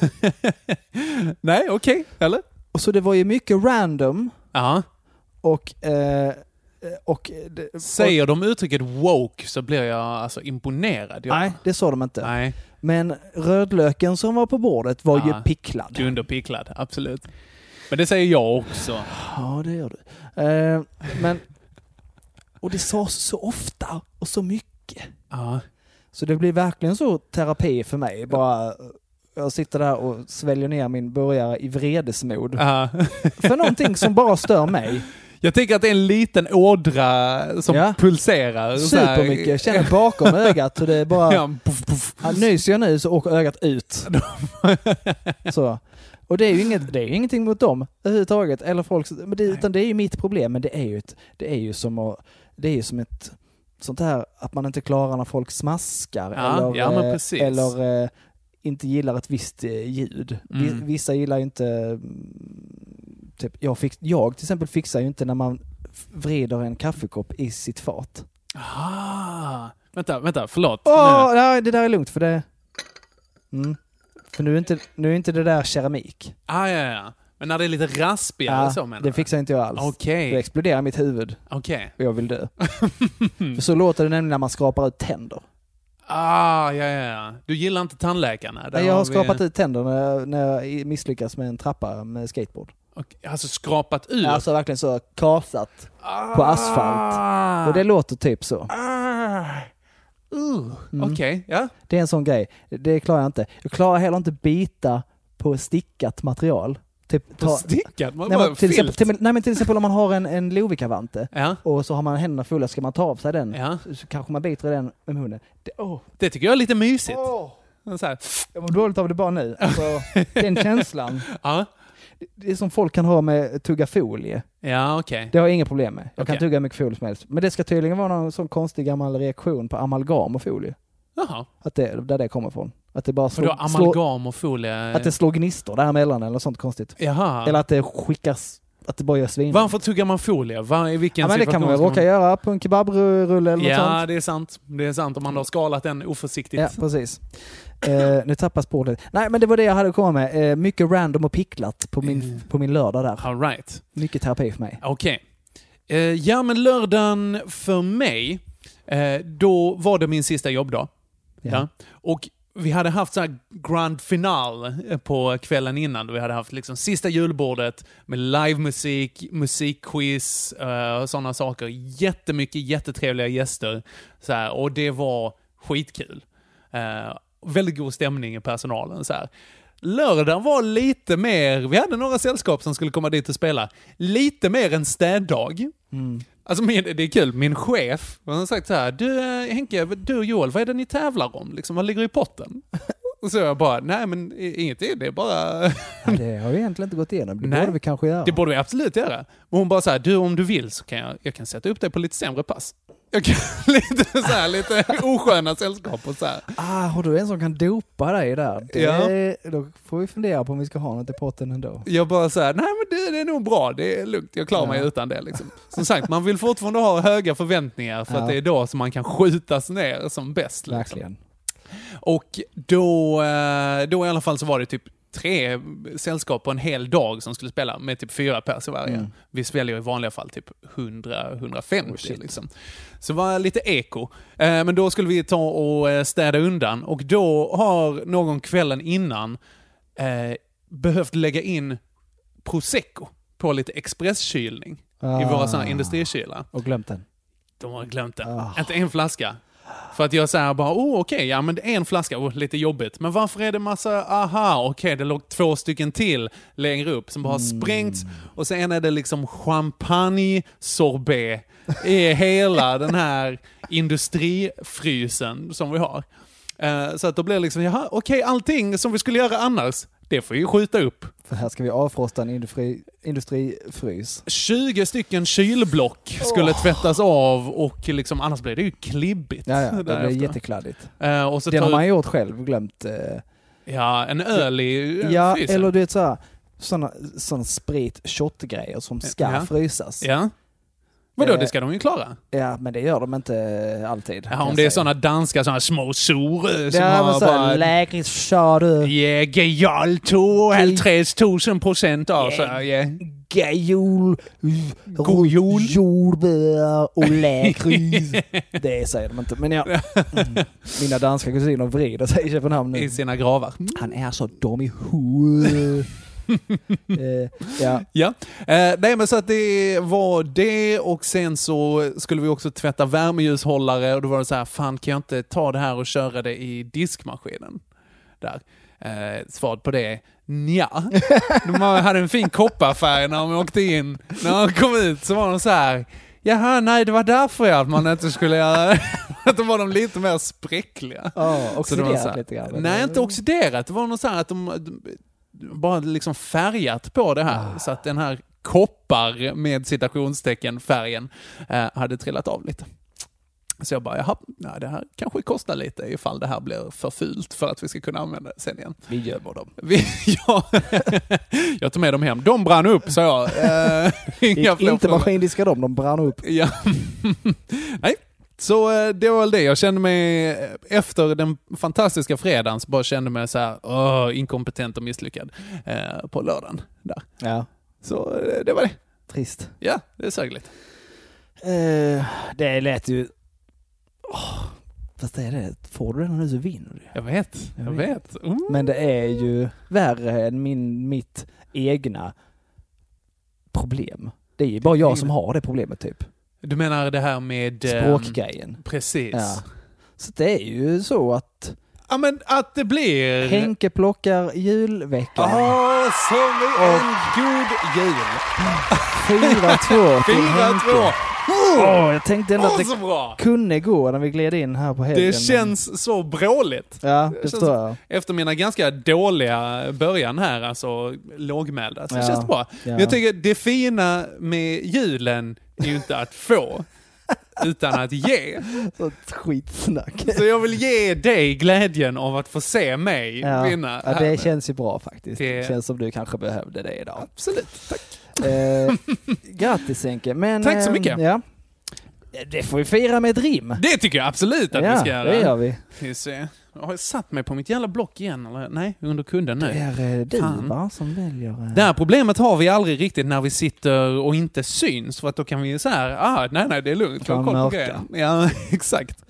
Nej, okej. Okay. Eller? Och så det var ju mycket random. Aha. Och... Eh, och säger och, de uttrycket woke så blir jag alltså imponerad. Jag... Nej, det sa de inte. Nej. Men rödlöken som var på bordet var ah, ju picklad. Dunderpicklad, absolut. Men det säger jag också. Ja, det gör du. Eh, men, och det sades så ofta och så mycket. Ja. Så det blir verkligen så terapi för mig. Bara, jag sitter där och sväljer ner min burgare i vredesmod. Ja. För någonting som bara stör mig. Jag tänker att det är en liten ådra som ja. pulserar. Supermycket. Jag känner bakom ögat. Så det är bara... Ja, puff, puff. Ja, nyser jag nu så åker ögat ut. Så. Och det är ju inget, det är ingenting mot dem överhuvudtaget. Eller folk, men det, utan det är ju mitt problem. Men det är ju, ett, det är ju som att, det är ju som ett sånt här att man inte klarar när folk smaskar. Ja, eller ja, men precis. eller eh, inte gillar ett visst eh, ljud. Mm. Vissa gillar ju inte... Typ, jag, fix, jag till exempel fixar ju inte när man vrider en kaffekopp i sitt fat. Ah, vänta, vänta, förlåt. Åh, oh, nej, det där är lugnt för det... Mm. För nu är, inte, nu är inte det där keramik. Ah, ja, ja. Men när det är lite raspigare ja, så menar det fixar inte jag alls. Okay. Det exploderar mitt huvud. Okej. Okay. Och jag vill dö. För så låter det nämligen när man skrapar ut tänder. Ah, ja, ja, ja. Du gillar inte tandläkarna? Nej, jag har, har skrapat vi... ut tänder när jag, när jag misslyckas med en trappa med skateboard. Och, alltså skrapat ut? Alltså verkligen så kasat ah, på asfalt. Och det låter typ så. Ah, uh, mm. Okej, okay, ja. Det är en sån grej. Det klarar jag inte. Jag klarar heller inte bita på stickat material. Typ, på ta, stickat? Man nej, bara till, exempel, till, nej, men till exempel om man har en, en Lovikka-vante ja. och så har man händerna fulla, ska man ta av sig den ja. så, så kanske man biter den med munnen. Det, oh. det tycker jag är lite mysigt. Oh. Så här. Jag mår dåligt av det bara nu. Alltså, den känslan. Ja. Det är som folk kan ha med tugga folie. Ja, okej. Okay. Det har jag inga problem med. Jag okay. kan tugga mycket folie som helst. Men det ska tydligen vara någon sån konstig gammal reaktion på amalgam och folie. Jaha. Att det, där det kommer ifrån. Att det bara slår, och då amalgam och folie... Att det slår gnistor däremellan eller sånt konstigt. Jaha. Eller att det skickas... Att det bara gör svin. Varför tuggar man folie? Var, i vilken ja, men det kan man väl råka man... göra på en kebabrulle eller ja, något sånt. Ja, det är sant. Det är sant om man har skalat den oförsiktigt. Ja, precis. eh, nu tappas på det. Nej, men det var det jag hade att komma med. Eh, mycket random och picklat på min, mm. på min lördag där. All right. Mycket terapi för mig. Okej. Okay. Eh, ja, men lördagen för mig Eh, då var det min sista jobbdag. Ja. Ja. Och vi hade haft så här grand final på kvällen innan. Då vi hade haft liksom sista julbordet med livemusik, musikquiz uh, och sådana saker. Jättemycket jättetrevliga gäster. Så här, och det var skitkul. Uh, väldigt god stämning i personalen. Så här. Lördagen var lite mer, vi hade några sällskap som skulle komma dit och spela. Lite mer en städdag. Mm. Alltså min, det är kul, min chef har sagt så här: du Henke, du och Joel, vad är det ni tävlar om? Liksom, vad ligger i potten? Och så jag bara, nej men ingenting, det är bara... Ja, det har vi egentligen inte gått igenom, det nej, borde vi kanske göra. Det borde vi absolut göra. Och hon bara så här, du om du vill så kan jag, jag kan sätta upp dig på lite sämre pass. Jag kan lite så här, lite osköna sällskap och så här. Ah, har du en som kan dopa dig där? Det, ja. Då får vi fundera på om vi ska ha något i potten ändå. Jag bara så här, nej men det, det är nog bra, det är lugnt, jag klarar ja. mig utan det liksom. Som sagt, man vill fortfarande ha höga förväntningar för ja. att det är då som man kan skjutas ner som bäst. Liksom. Verkligen. Och då, då i alla fall så var det typ tre sällskap på en hel dag som skulle spela med typ fyra pers i varje. Mm. Vi spelar ju i vanliga fall typ hundra till hundrafemtio. Oh, liksom. Så det var lite eko. Eh, men då skulle vi ta och städa undan. Och då har någon kvällen innan eh, behövt lägga in prosecco på lite expresskylning ah. i våra sådana industrikylar. Och glömt den. De har glömt den. Ah. Inte en flaska. För att jag säger bara, oh okej, okay, ja men det är en flaska, oh, lite jobbigt. Men varför är det massa, aha, okej, okay, det låg två stycken till längre upp som bara har sprängts. Mm. Och sen är det liksom champagne-sorbet i hela den här industrifrysen som vi har. Uh, så att då blir det liksom, jaha, okej, okay, allting som vi skulle göra annars, det får ju skjuta upp. För här ska vi avfrosta en industri, industrifrys. tjugo stycken kylblock skulle oh. tvättas av och liksom, annars blir det ju klibbigt. Ja, ja det blir jättekladdigt. Uh, och så det tar... har man gjort själv, glömt. Uh... Ja, en öl i ja, frysen. eller du vet så sådana såna sprit shot-grejer som ska ja. frysas. Ja. Vadå, det ska de ju klara. Ja, men det gör de inte alltid. Ja, om det är sådana danska sådana små sor som ja, har bara... lägriskörde. Ja, gejal tvåhundratrettio tusen procent av så ja. Gejol, gojol, jordbär och lägris. Det säger de inte, men ja. Mm. Mina danska kusiner vrider sig i Köpenhamn nu. I sina gravar. Han är så dum i huvudet. uh, ja. ja. Uh, nej men så att det var det och sen så skulle vi också tvätta värmeljushållare och då var det så här, fan kan jag inte ta det här och köra det i diskmaskinen där. Uh, svaret på det, nja. De hade en fin kopparfärg när de åkte in. När de kom ut så var de så här, jaha, nej det var därför att man inte skulle göra att de var de lite mer spräckliga. Oh, oxiderat här, lite grann. Nej, inte oxiderat. Det var nog så här att de, de bara liksom färgat på det här. Ah. Så att den här koppar med citationstecken färgen eh, hade trillat av lite. Så jag bara, jaha, nej, det här kanske kostar lite ifall det här blir för fult för att vi ska kunna använda det sen igen. Vi gömmer dem. Vi, ja, jag tog med dem hem. De brann upp, så jag. Eh, inga inte maskindiska dem, de brann upp. Ja. Nej. Så det var väl det. Jag kände mig efter den fantastiska fredagen så bara kände mig så här åh, inkompetent och misslyckad eh, på lördagen där. Ja. Så det var det. Trist. Ja, det är sögligt. Uh, det lät ju oh, fast det är det. Får du den nu så vinner du. Jag vet. Jag, jag vet. vet. Mm. Men det är ju värre än min, mitt egna problem. Det är ju bara jag som har det problemet typ. Du menar det här med språkgrejen. Um, precis. Ja. Så det är ju så att ja, men att det blir Henke plockar julveckan. Åh, som en god jul. fyra två fyra två Åh, jag tänkte ändå oh, att det bra. kunde gå när vi gled in här på helgen. Det känns så bråligt. Ja, det förstår jag. Efter mina ganska dåliga början här, alltså lågmälda, så ja. känns det bra. Ja. Men jag tycker det fina med julen är ju inte att få, utan att ge. Så skitsnack. Så jag vill ge dig glädjen av att få se mig ja. vinna. Ja, det känns ju bra faktiskt. Det... det känns som du kanske behövde det idag. Absolut, tack. Eh, grattis Henke. Men, tack så mycket. Eh, ja. Det får vi fira med ett rim. Det tycker jag absolut att ja, vi ska göra. det gör vi. vi se. Jag har satt mig på mitt jävla block igen. Eller? Nej, under kudden nu. Det är eh, du va, som väljer. Eh. Det här problemet har vi aldrig riktigt när vi sitter och inte syns. För att då kan vi ju så här, ah, nej, nej, det är lugnt. Jag har koll på grejen. Ja, exakt.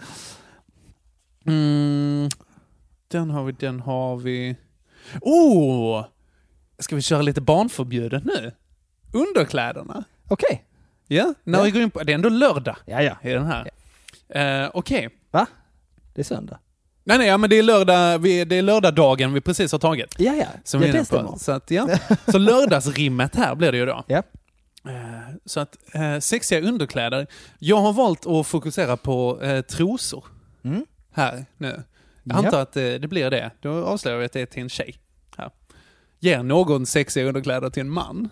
Mm, den har vi, den har vi. Oh! Ska vi köra lite barnförbjudet nu? Underkläderna. Okej. Okay. Ja, när ja. vi går in på... Det är ändå lördag. Ja, ja. I den här. Ja. Uh, Okej. Okay. Va? Det är söndag. Nej, nej, ja, men det är lördag, vi, det är lördagdagen vi precis har tagit. Ja, ja. Som ja, det stämmer. Så, att, ja. Så lördagsrimmet här blir det ju då. Ja. Uh, så att uh, sexiga underkläder. Jag har valt att fokusera på uh, trosor. Mm. Här nu. Jag antar ja. att uh, det blir det. Då avslöjar vi att det är till en tjej. Här. Ger någon sexiga underkläder till en man?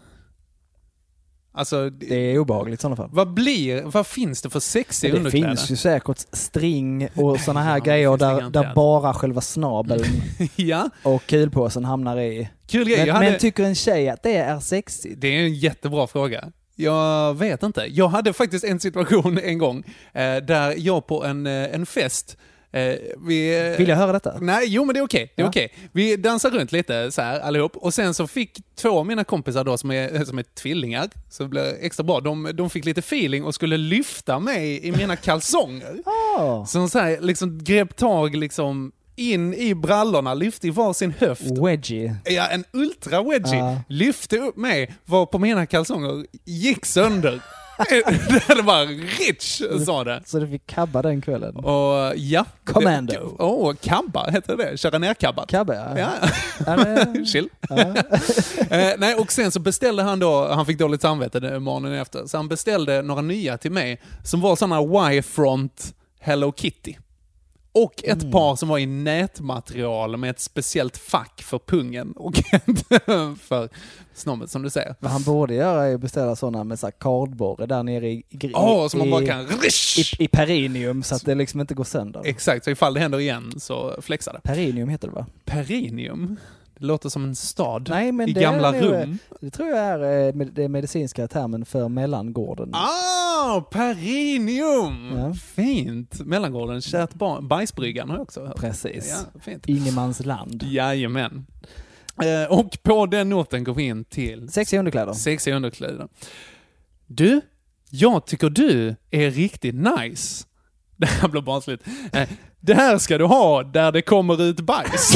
Alltså, det är obehagligt i sådana fall. Vad blir, vad finns det för sexiga det underkläder? Det finns ju säkert string och såna här ja, grejer där, där bara själva snabeln ja. och kulpåsen hamnar i. Kul grej. Men, hade... men tycker en tjej att det är sexigt? Det är en jättebra fråga. Jag vet inte. Jag hade faktiskt en situation en gång eh, där jag på en, eh, en fest Eh, vi, Vill jag höra detta? Nej, jo men det är okej. Okay. Det är ja. okej. Okay. Vi dansar runt lite så här allihop och sen så fick två av mina kompisar då som är, som är tvillingar, så det blev extra bra. De, de fick lite feeling och skulle lyfta mig i mina kalsonger. Oh. Så så här, liksom grep tag liksom in i brallorna, lyfte i varsin höft. Wedgie. Ja, en ultra wedgie. Uh. Lyfte upp mig, var på mina kalsonger gick sönder. Det var rich, sa det. Så du fick kabba den kvällen? Och ja. Commando. Åh, oh, kabba heter det. Köra ner kabbat. Kabba, ja. ja. Chill. Ja. eh, nej, och sen så beställde han då, han fick dåligt samvete morgonen efter, så han beställde några nya till mig som var sådana Y-front Hello Kitty. Och ett mm. par som var i nätmaterial med ett speciellt fack för pungen och för snobben, som du säger. Vad han borde göra är att beställa sådana med så här kardborre där nere i, i, oh, som man bara kan i, i perinium så att det liksom inte går sönder. Exakt, så ifall det händer igen så flexar det. Perinium heter det va? Perinium? Det låter som en stad. Nej, men i det gamla är, rum. Det tror jag är den medicinska termen för mellangården. Ah, perinium! Ja. Fint. Mellangården, kärt barn. Bajsbryggan har jag också hört. Precis. Ja, fint. Ingemans land. Jajamän. Eh, och på den noten går vi in till... Sexiga underkläder. Sexiga underkläder. Du, jag tycker du är riktigt nice. Det här blir barnsligt. Eh, det här ska du ha där det kommer ut bajs.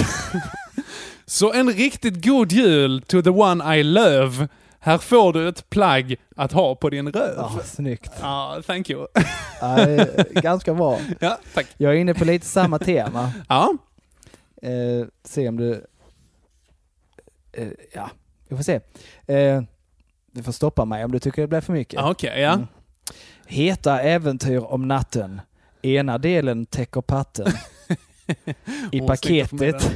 Så en riktigt god jul to the one I love. Här får du ett plagg att ha på din röv. Ja, snyggt. Ja, thank you. Ja, ganska bra. Ja, tack. Jag är inne på lite samma tema. Ja. Eh, se om du... Eh, ja, vi får se. Eh, du får stoppa mig om du tycker det blir för mycket. Okej, okay, ja. Mm. Heta äventyr om natten. Ena delen täcker patten. I oh, paketet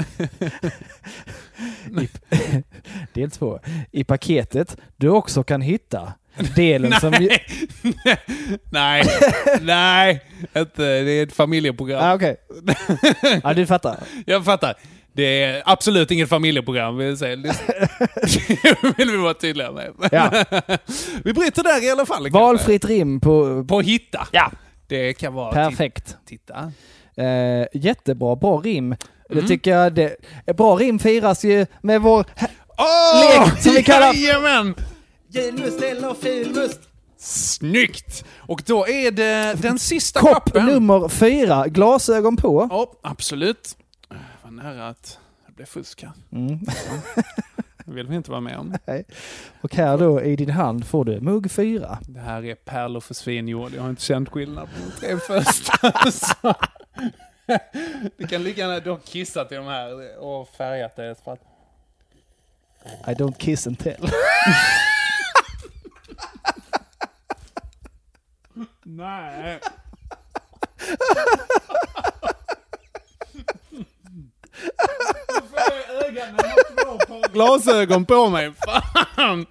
I, del två. I paketet du också kan hitta delen nej, som nej, nej, ett, det är ett familjeprogram. Ah, okej. Okay. Ja, du fattar. Jag fattar. Det är absolut inget familjeprogram, vill säga. Det vill vi vara tydliga med. Ja. Vi bryter där i alla fall. Valfritt kanske. Rim på på hitta. Ja. Det kan vara perfekt. Titta. Uh, jättebra, bra rim. Mm. Det tycker jag det bra rim firas ju med vår oh, lek som vi kallar jajamän! Julmust eller filmust. Snyggt! Och då är det den sista kopp kappen. Nummer fyra, glasögon på. Ja, oh, absolut. Vad nära att det blev fusk här. Mm. Det vill vi inte vara med om. Nej. Och här då i din hand får du mugg fyra. Det här är pärlor för svinjord. Jag har inte känt skillnad på de tre första. Du kan lika gärna, du har kissat i de här och färgat det för att... I don't kiss and tell. Nej. Glasögon på mig. Fan.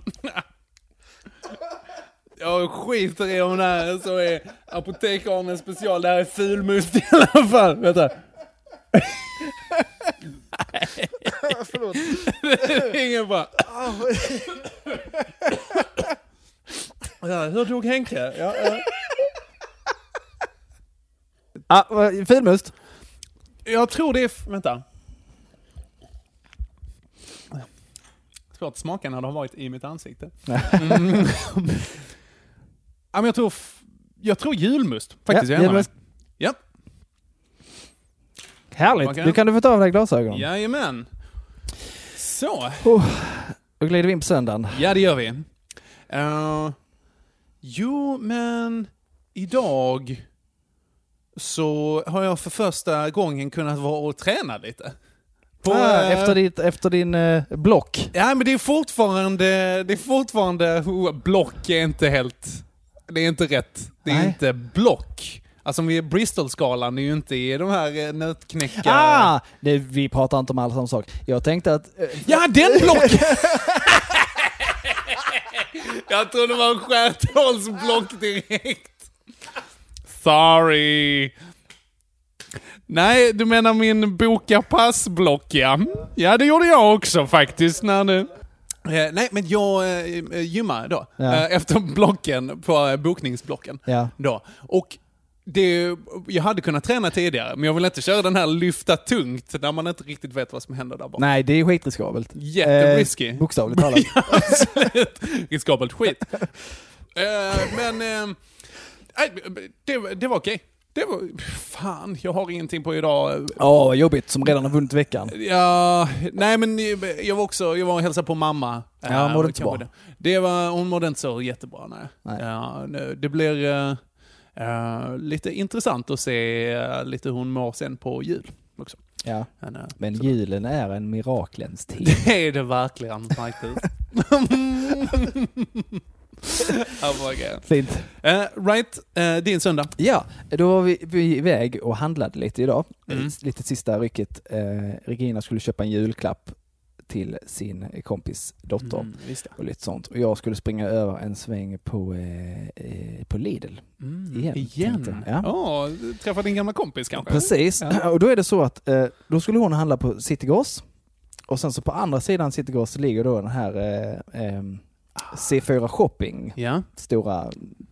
Jag skiter i om det här så är apotekaren en special. Det här är fulmust i alla fall. Vänta. Nej. Förlåt. Det är ingen bra. Ja, hur tog Henke? Ja, ja. Ah, filmust? Jag tror det är... Vänta. Svårt att smaka när det har varit i mitt ansikte. Mm. Ja, men jag tror... Jag tror julmust. Faktiskt. Ja, jag julmust. Ja. Härligt. Okay. Du kan du få ta av dig glasögonen. Jajamän. Så. Oh, då glider vi in på söndagen. Ja, det gör vi. Uh, jo, men idag så har jag för första gången kunnat vara och träna lite. På, ah, uh, efter, ditt, efter din uh, block. Ja, men det är fortfarande... Det är fortfarande... Oh, block är inte helt... Det är inte rätt. Det är Nej. inte block. Alltså om vi är Bristol-skalan är ju inte i de här nötknäcka... Ah! Det, vi pratar inte om alla samma sak. Jag tänkte att... Uh, ja, den block! Jag tror det var en skärthålsblock direkt. Sorry. Nej, du menar min boka passblock, ja. Ja, det gjorde jag också faktiskt när det... Eh, nej, men jag eh, gymmar då. Ja. Eh, efter blocken på eh, bokningsblocken. Ja. Då. Och det, jag hade kunnat träna tidigare, men jag vill inte köra den här lyfta tungt där man inte riktigt vet vad som händer där bak. Nej, det är skitriskabelt. Jätterisky. Eh, bokstavligt talat. Ja, absolut. Riskabelt skit. eh, men eh, det, det var okej. Det var... Fan, jag har ingenting på idag. Åh, oh, jobbigt, som redan har vunnit veckan. Ja, nej men jag var också, jag var och hälsade på mamma. Ja, hon mådde inte bra. Det. det var, hon mådde inte så jättebra, nej. nej. Ja, det blir uh, uh, lite intressant att se uh, lite hur hon mår sen på jul också. Ja, men, uh, men julen är en miraklens tid. Det är det verkligen, faktiskt. Fint. Uh, right, uh, din söndag. Ja, då var vi, vi iväg och handlade lite idag. Mm. Lite sista rycket. Uh, Regina skulle köpa en julklapp till sin kompis dotter. Mm, och lite sånt. Och jag skulle springa över en sväng på, uh, på Lidl. Mm, igen. igen. Ja, oh, träffa din gamla kompis kanske. Precis. Ja. Och då är det så att uh, då skulle hon handla på Citygross. Och sen så på andra sidan Citygross ligger då den här... Uh, um, C fyra Shopping, ja. Stora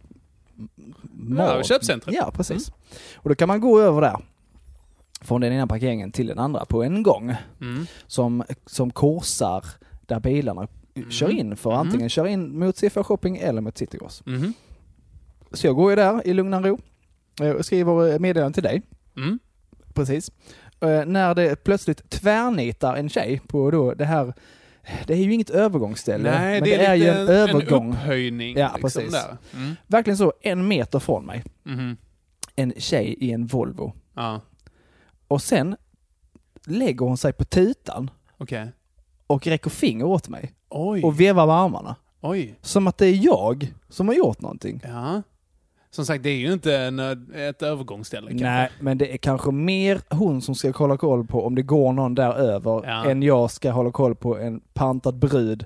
ja, köpcentrum. Ja, precis. Mm. Och då kan man gå över där från den ena parkeringen till den andra på en gång mm. som, som korsar där bilarna mm. kör in för antingen mm. kör in mot C fyra Shopping eller mot Citygross. Mm. Så jag går ju där i lugn och ro och skriver meddelande till dig. Mm. Precis. Uh, när det plötsligt tvärnitar en tjej på då det här. Det är ju inget övergångsställe. Nej, men det är, det är ju en, en övergång. En upphöjning. Ja, liksom precis. Där. Mm. Verkligen så, en meter från mig. Mm. En tjej i en Volvo. Ja. Och sen lägger hon sig på tutan. Okay. Och räcker finger åt mig. Oj. Och vevar med armarna. Oj. Som att det är jag som har gjort någonting. Ja. Som sagt, det är ju inte en, ett övergångsställe. Nej, kanske. Men det är kanske mer hon som ska hålla koll på om det går någon där över ja. än jag ska hålla koll på en pantad brud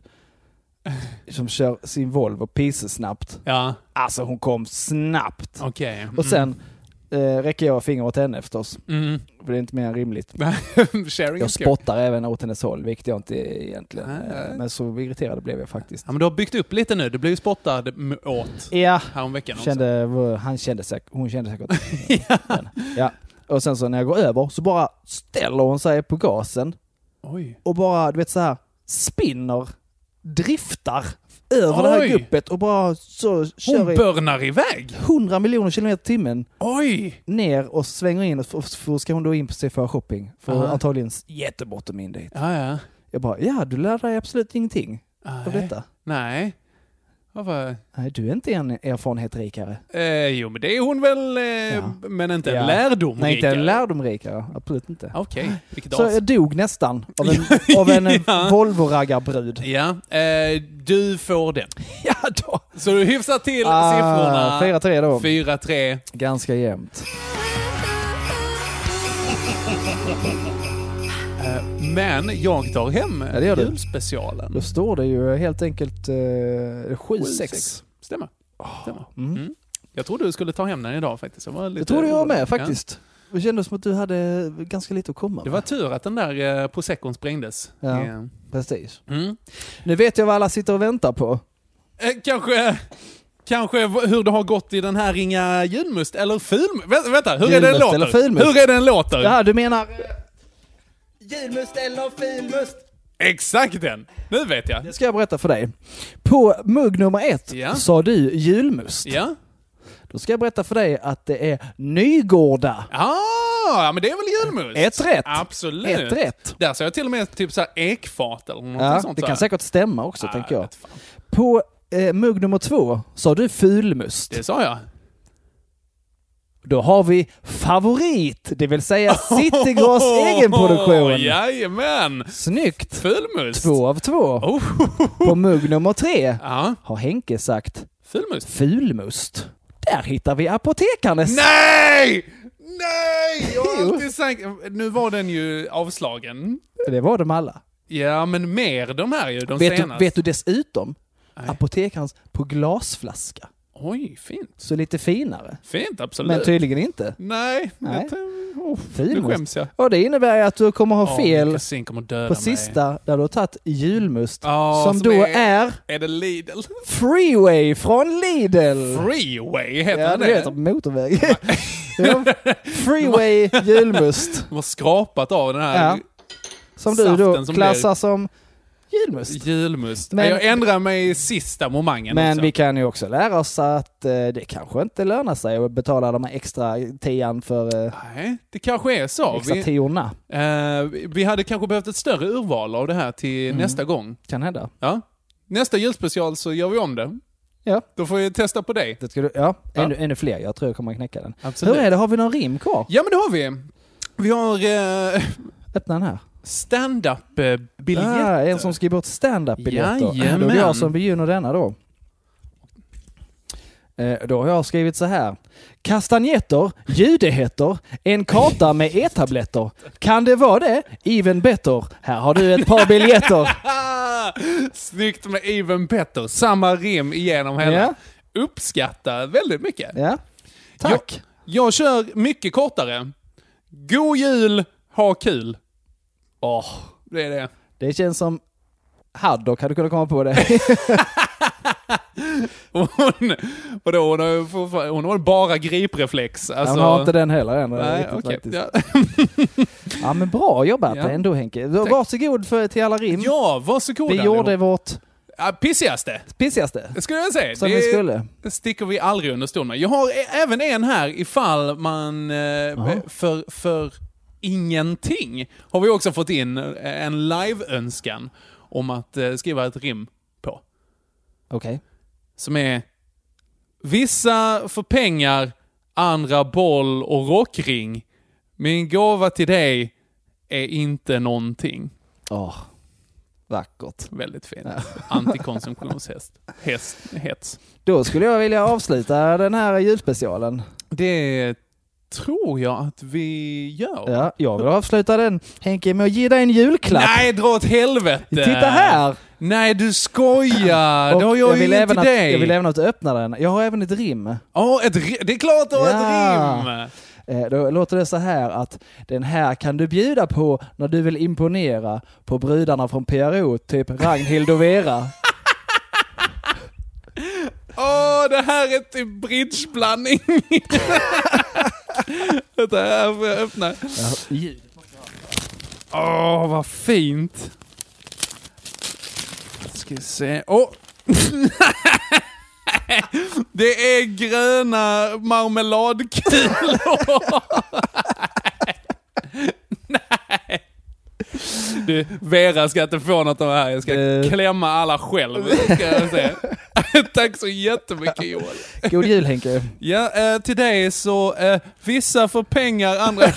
som kör sin Volvo pissesnabbt. Ja. Alltså hon kom snabbt. Okay. Mm. Och sen eh, räcker jag finger åt henne förstås. Mm. För det är inte mer än rimligt. Sharing jag spottar även åt hennes håll, vilket jag inte egentligen. Nej. Men så irriterad blev jag faktiskt. Ja, men du har byggt upp lite nu. Du blev ju spottad åt ja. häromveckan kände, också. Han kände säkert, hon kände säkert. ja. Men, ja. Och sen så när jag går över så bara ställer hon sig på gasen. Oj. Och bara, du vet så här, spinner, driftar över Oj. det här guppet och bara så kör hon börnar iväg hundra miljoner kilometer i timmen. Oj. Ner och svänger in och för ska hon då in på C fyra Shopping för uh-huh. antagligen jättebråttom in dit. Ja, ja. Jag bara, ja du lär dig absolut ingenting Nej. av detta. Nej. Varför? Nej, du är inte en erfarenhetsrikare. Eh, jo, men det är hon väl, eh, ja. men inte en ja. lärdomrikare. Nej, inte en lärdomrikare. Absolut inte. Okej, okay. Vilket Så jag dog nästan av en, av en ja. Volvo-raggarbrud. Ja, eh, du får den. Ja då. Så du hyfsar till ah, siffrorna. fyra tre då. fyra tre. Ganska jämnt. Men jag tar hem ja, julspecialen. Då står det ju helt enkelt eh, sju sex. Stämmer. Stämmer. Mm. Mm. Jag trodde du skulle ta hem den idag faktiskt. Jag, var lite jag trodde jag med faktiskt. Ja. Det kändes som att du hade ganska lite att komma med. Det var tur att den där eh, Proseccon sprängdes. Ja, eh. precis. Mm. Nu vet jag vad alla sitter och väntar på. Eh, kanske... kanske hur det har gått i den här Ringa julmust eller film. Vä- vänta, hur julmust är den låter? Eller filmust. Hur är den låter? Ja, du menar uh, julmust eller filmust? Exakt den. Nu vet jag. Det ska jag berätta för dig. På mugg nummer ett ja. sa du julmust. Ja. Då ska jag berätta för dig att det är Nygårda. Ah, men det är väl julmust? Ett rätt. Absolut. Ett rätt. Där sa jag till och med typ så här ekfat eller något ja, sånt. Det så kan här. säkert stämma också, ah, tänker jag. På eh, mugg nummer två sa du fulmust. Det sa jag. Då har vi favorit, det vill säga Citygross oh, egenproduktion. Jajamän! Snyggt! Fulmust. Två av två. Oh. På mugg nummer tre ja. har Henke sagt fulmust. Fulmust. Där hittar vi apotekarnes. Nej! Nej! Jag har alltid sagt... Nu var den ju avslagen. Det var de alla. Ja, men mer de här ju, de vet senaste. Du, vet du dessutom? Nej. Apotekarens på glasflaska. Oj, fint. Så lite finare. Fint, absolut. Men tydligen inte. Nej. Nej. Oh, nu skäms jag. Och det innebär att du kommer ha oh, fel kommer på sista mig. Där du har tagit julmust. Oh, som, som då är, är... Är det Lidl? Freeway från Lidl. Freeway heter ja, det? Ja, det heter motorväg. ja. Freeway julmust. De har skrapat av den här ja. Som du då som klassar blir... som... Julmust. Julmust. Men, jag ändrar mig i sista momangen. Men också. Vi kan ju också lära oss att eh, det kanske inte lönar sig att betala de här extra tian för... Eh, Nej, det kanske är så. Extra vi, tiorna. Eh, vi hade kanske behövt ett större urval av det här till mm. nästa gång. Kan hända. Ja. Nästa julspecial så gör vi om det. Ja. Då får vi testa på dig. Det ska du, ja, ja. Ännu, ännu fler. Jag tror jag kommer att knäcka den. Absolut. Hur är det? Har vi någon rim kvar? Ja, men det har vi. Vi har... Eh, Öppna den här. Stand-up-biljetter. Ah, en som skriver bort stand-up-biljetter. Jajamän. Då är det jag som begynner denna då. Eh, då har jag skrivit så här. Kastanjetter, judehetter, en karta med e-tabletter. Kan det vara det? Even better. Här har du ett par biljetter. Snyggt med even better. Samma rim igenom hela. Ja. Uppskattar väldigt mycket. Ja. Tack. Jag, jag kör mycket kortare. God jul, ha kul. Åh, oh, det är det. Det känns som Haddock hade kunnat komma på det. hon, vadå, hon, har, hon har bara gripreflex. Alltså, hon har inte den heller än. Nej, okay. ja. ja, men bra jobbat ja. ändå, Henke. Varsågod för, till alla rim. Ja, varsågod. Vi gjorde nu. vårt... Ja, pissigaste. Pissigaste. Det skulle jag säga. Som det vi skulle. sticker vi aldrig under stol med. Jag har även en här ifall man eh, för... för ingenting har vi också fått in en live-önskan om att eh, skriva ett rim på. Okej. Okay. Som är vissa för pengar, andra boll och rockring. Min gåva till dig är inte någonting. Åh, oh, vackert. Väldigt fint. Ja. Antikonsumtionshäst. Häst, hets. Då skulle jag vilja avsluta den här julspecialen. Det tror jag att vi gör. Ja, jag vill avsluta den, Henke, med att ge dig en julklapp. Nej, dra åt helvete. Titta här. Nej, du skojar. Och det har jag, jag vill ju även inte att, dig. Jag vill även att du öppnar den. Jag har även ett rim. Ja, oh, ett rim. Det är klart du har ja. ett rim. Eh, då låter det så här att den här kan du bjuda på när du vill imponera på brudarna från P R O, typ Ragnhild och Vera. Åh, oh, det här är typ bridgeblandning. Det här får jag öppna. Åh, oh, vad fint. Ska vi se. Åh! Oh. Det är gröna marmeladkulor. Nej. Du, Vera ska inte få något av det här. Jag ska uh. klämma alla själv. Ska jag säga. Tack så jättemycket, Joel. God jul, Henke. Ja, eh, till dig så eh, vissa för pengar, andra...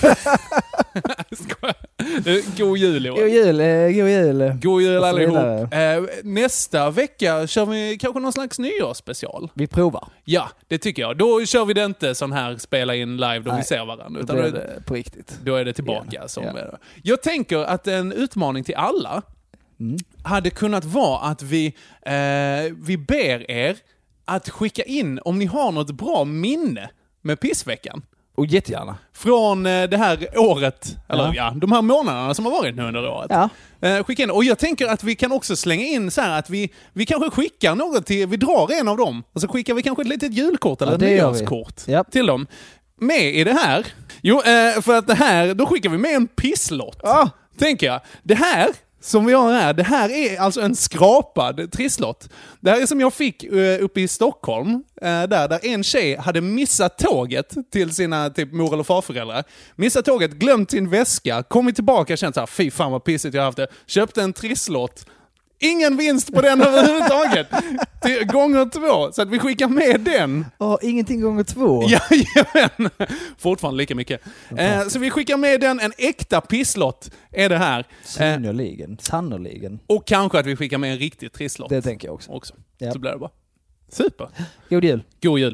God jul, Joel. God jul, eh, god jul. God jul allihop. Eh, nästa vecka kör vi kanske någon slags nyårsspecial. Vi provar. Ja, det tycker jag. Då kör vi det inte sån här spela in live då Nej, vi ser varandra. Utan då är det på riktigt. Då är det tillbaka. Yeah. Som yeah. Jag tänker att en utmaning till alla mm. hade kunnat vara att vi, eh, vi ber er att skicka in om ni har något bra minne med pissveckan. Och jättegärna. Från det här året, eller ja, ja de här månaderna som har varit nu under året. Ja. Eh, skicka in. Och jag tänker att vi kan också slänga in så här att vi, vi kanske skickar något till, vi drar en av dem. Och så skickar vi kanske ett litet julkort eller ja, ett nyårskort yep. till dem. Med i det här. Jo, eh, för att det här, då skickar vi med en pisslott. Ah. Tänker jag. Det här som vi har här, det här är alltså en skrapad trisslott. Det här är som jag fick uh, uppe i Stockholm, uh, där, där en tjej hade missat tåget till sina typ mor- eller farföräldrar. Missat tåget, glömt sin väska, kommit tillbaka och känt så här, fy fan vad pissigt jag har haft det. Köpte en trisslott. Ingen vinst på den överhuvudtaget. Till gånger två. Så att vi skickar med den. Ja, ingenting gånger två. Jajamän. Fortfarande lika mycket. Eh, så vi skickar med den. En äkta pisslott är det här. Sannoliken. Sannoliken. Och kanske att vi skickar med en riktig trisslott. Det tänker jag också. också. Yep. Så blir det bara. Super. God jul. God jul.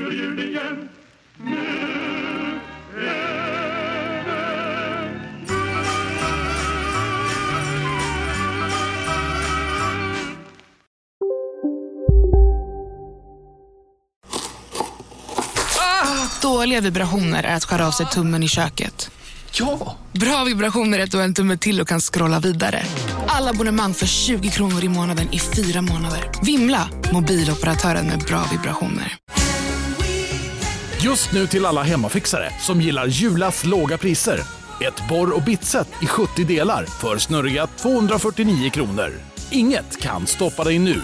Dåliga vibrationer är att skära av sig tummen i köket. Ja! Bra vibrationer är att du har en tumme till och kan scrolla vidare. Alla abonnemang för tjugo kronor i månaden i fyra månader. Vimla! Mobiloperatören med bra vibrationer. Just nu till alla hemmafixare som gillar Julas låga priser. Ett borr- och bitset i sjuttio delar för snurriga tvåhundrafyrtionio kronor. Inget kan stoppa dig nu.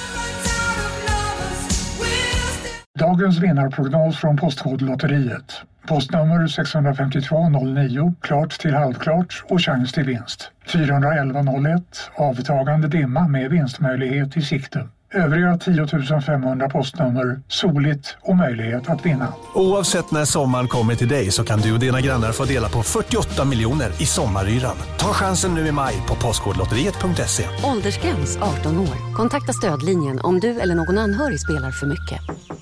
Dagens vinnarprognos från Postkodlotteriet. Postnummer sex fem två noll nio, klart till halvklart och chans till vinst. fyra ett ett noll ett, avtagande dimma med vinstmöjlighet i sikte. Övriga tio tusen femhundra postnummer, soligt och möjlighet att vinna. Oavsett när sommaren kommer till dig så kan du och dina grannar få dela på fyrtioåtta miljoner i sommaryran. Ta chansen nu i maj på postkodlotteriet punkt se. Åldersgräns arton år. Kontakta stödlinjen om du eller någon anhörig spelar för mycket.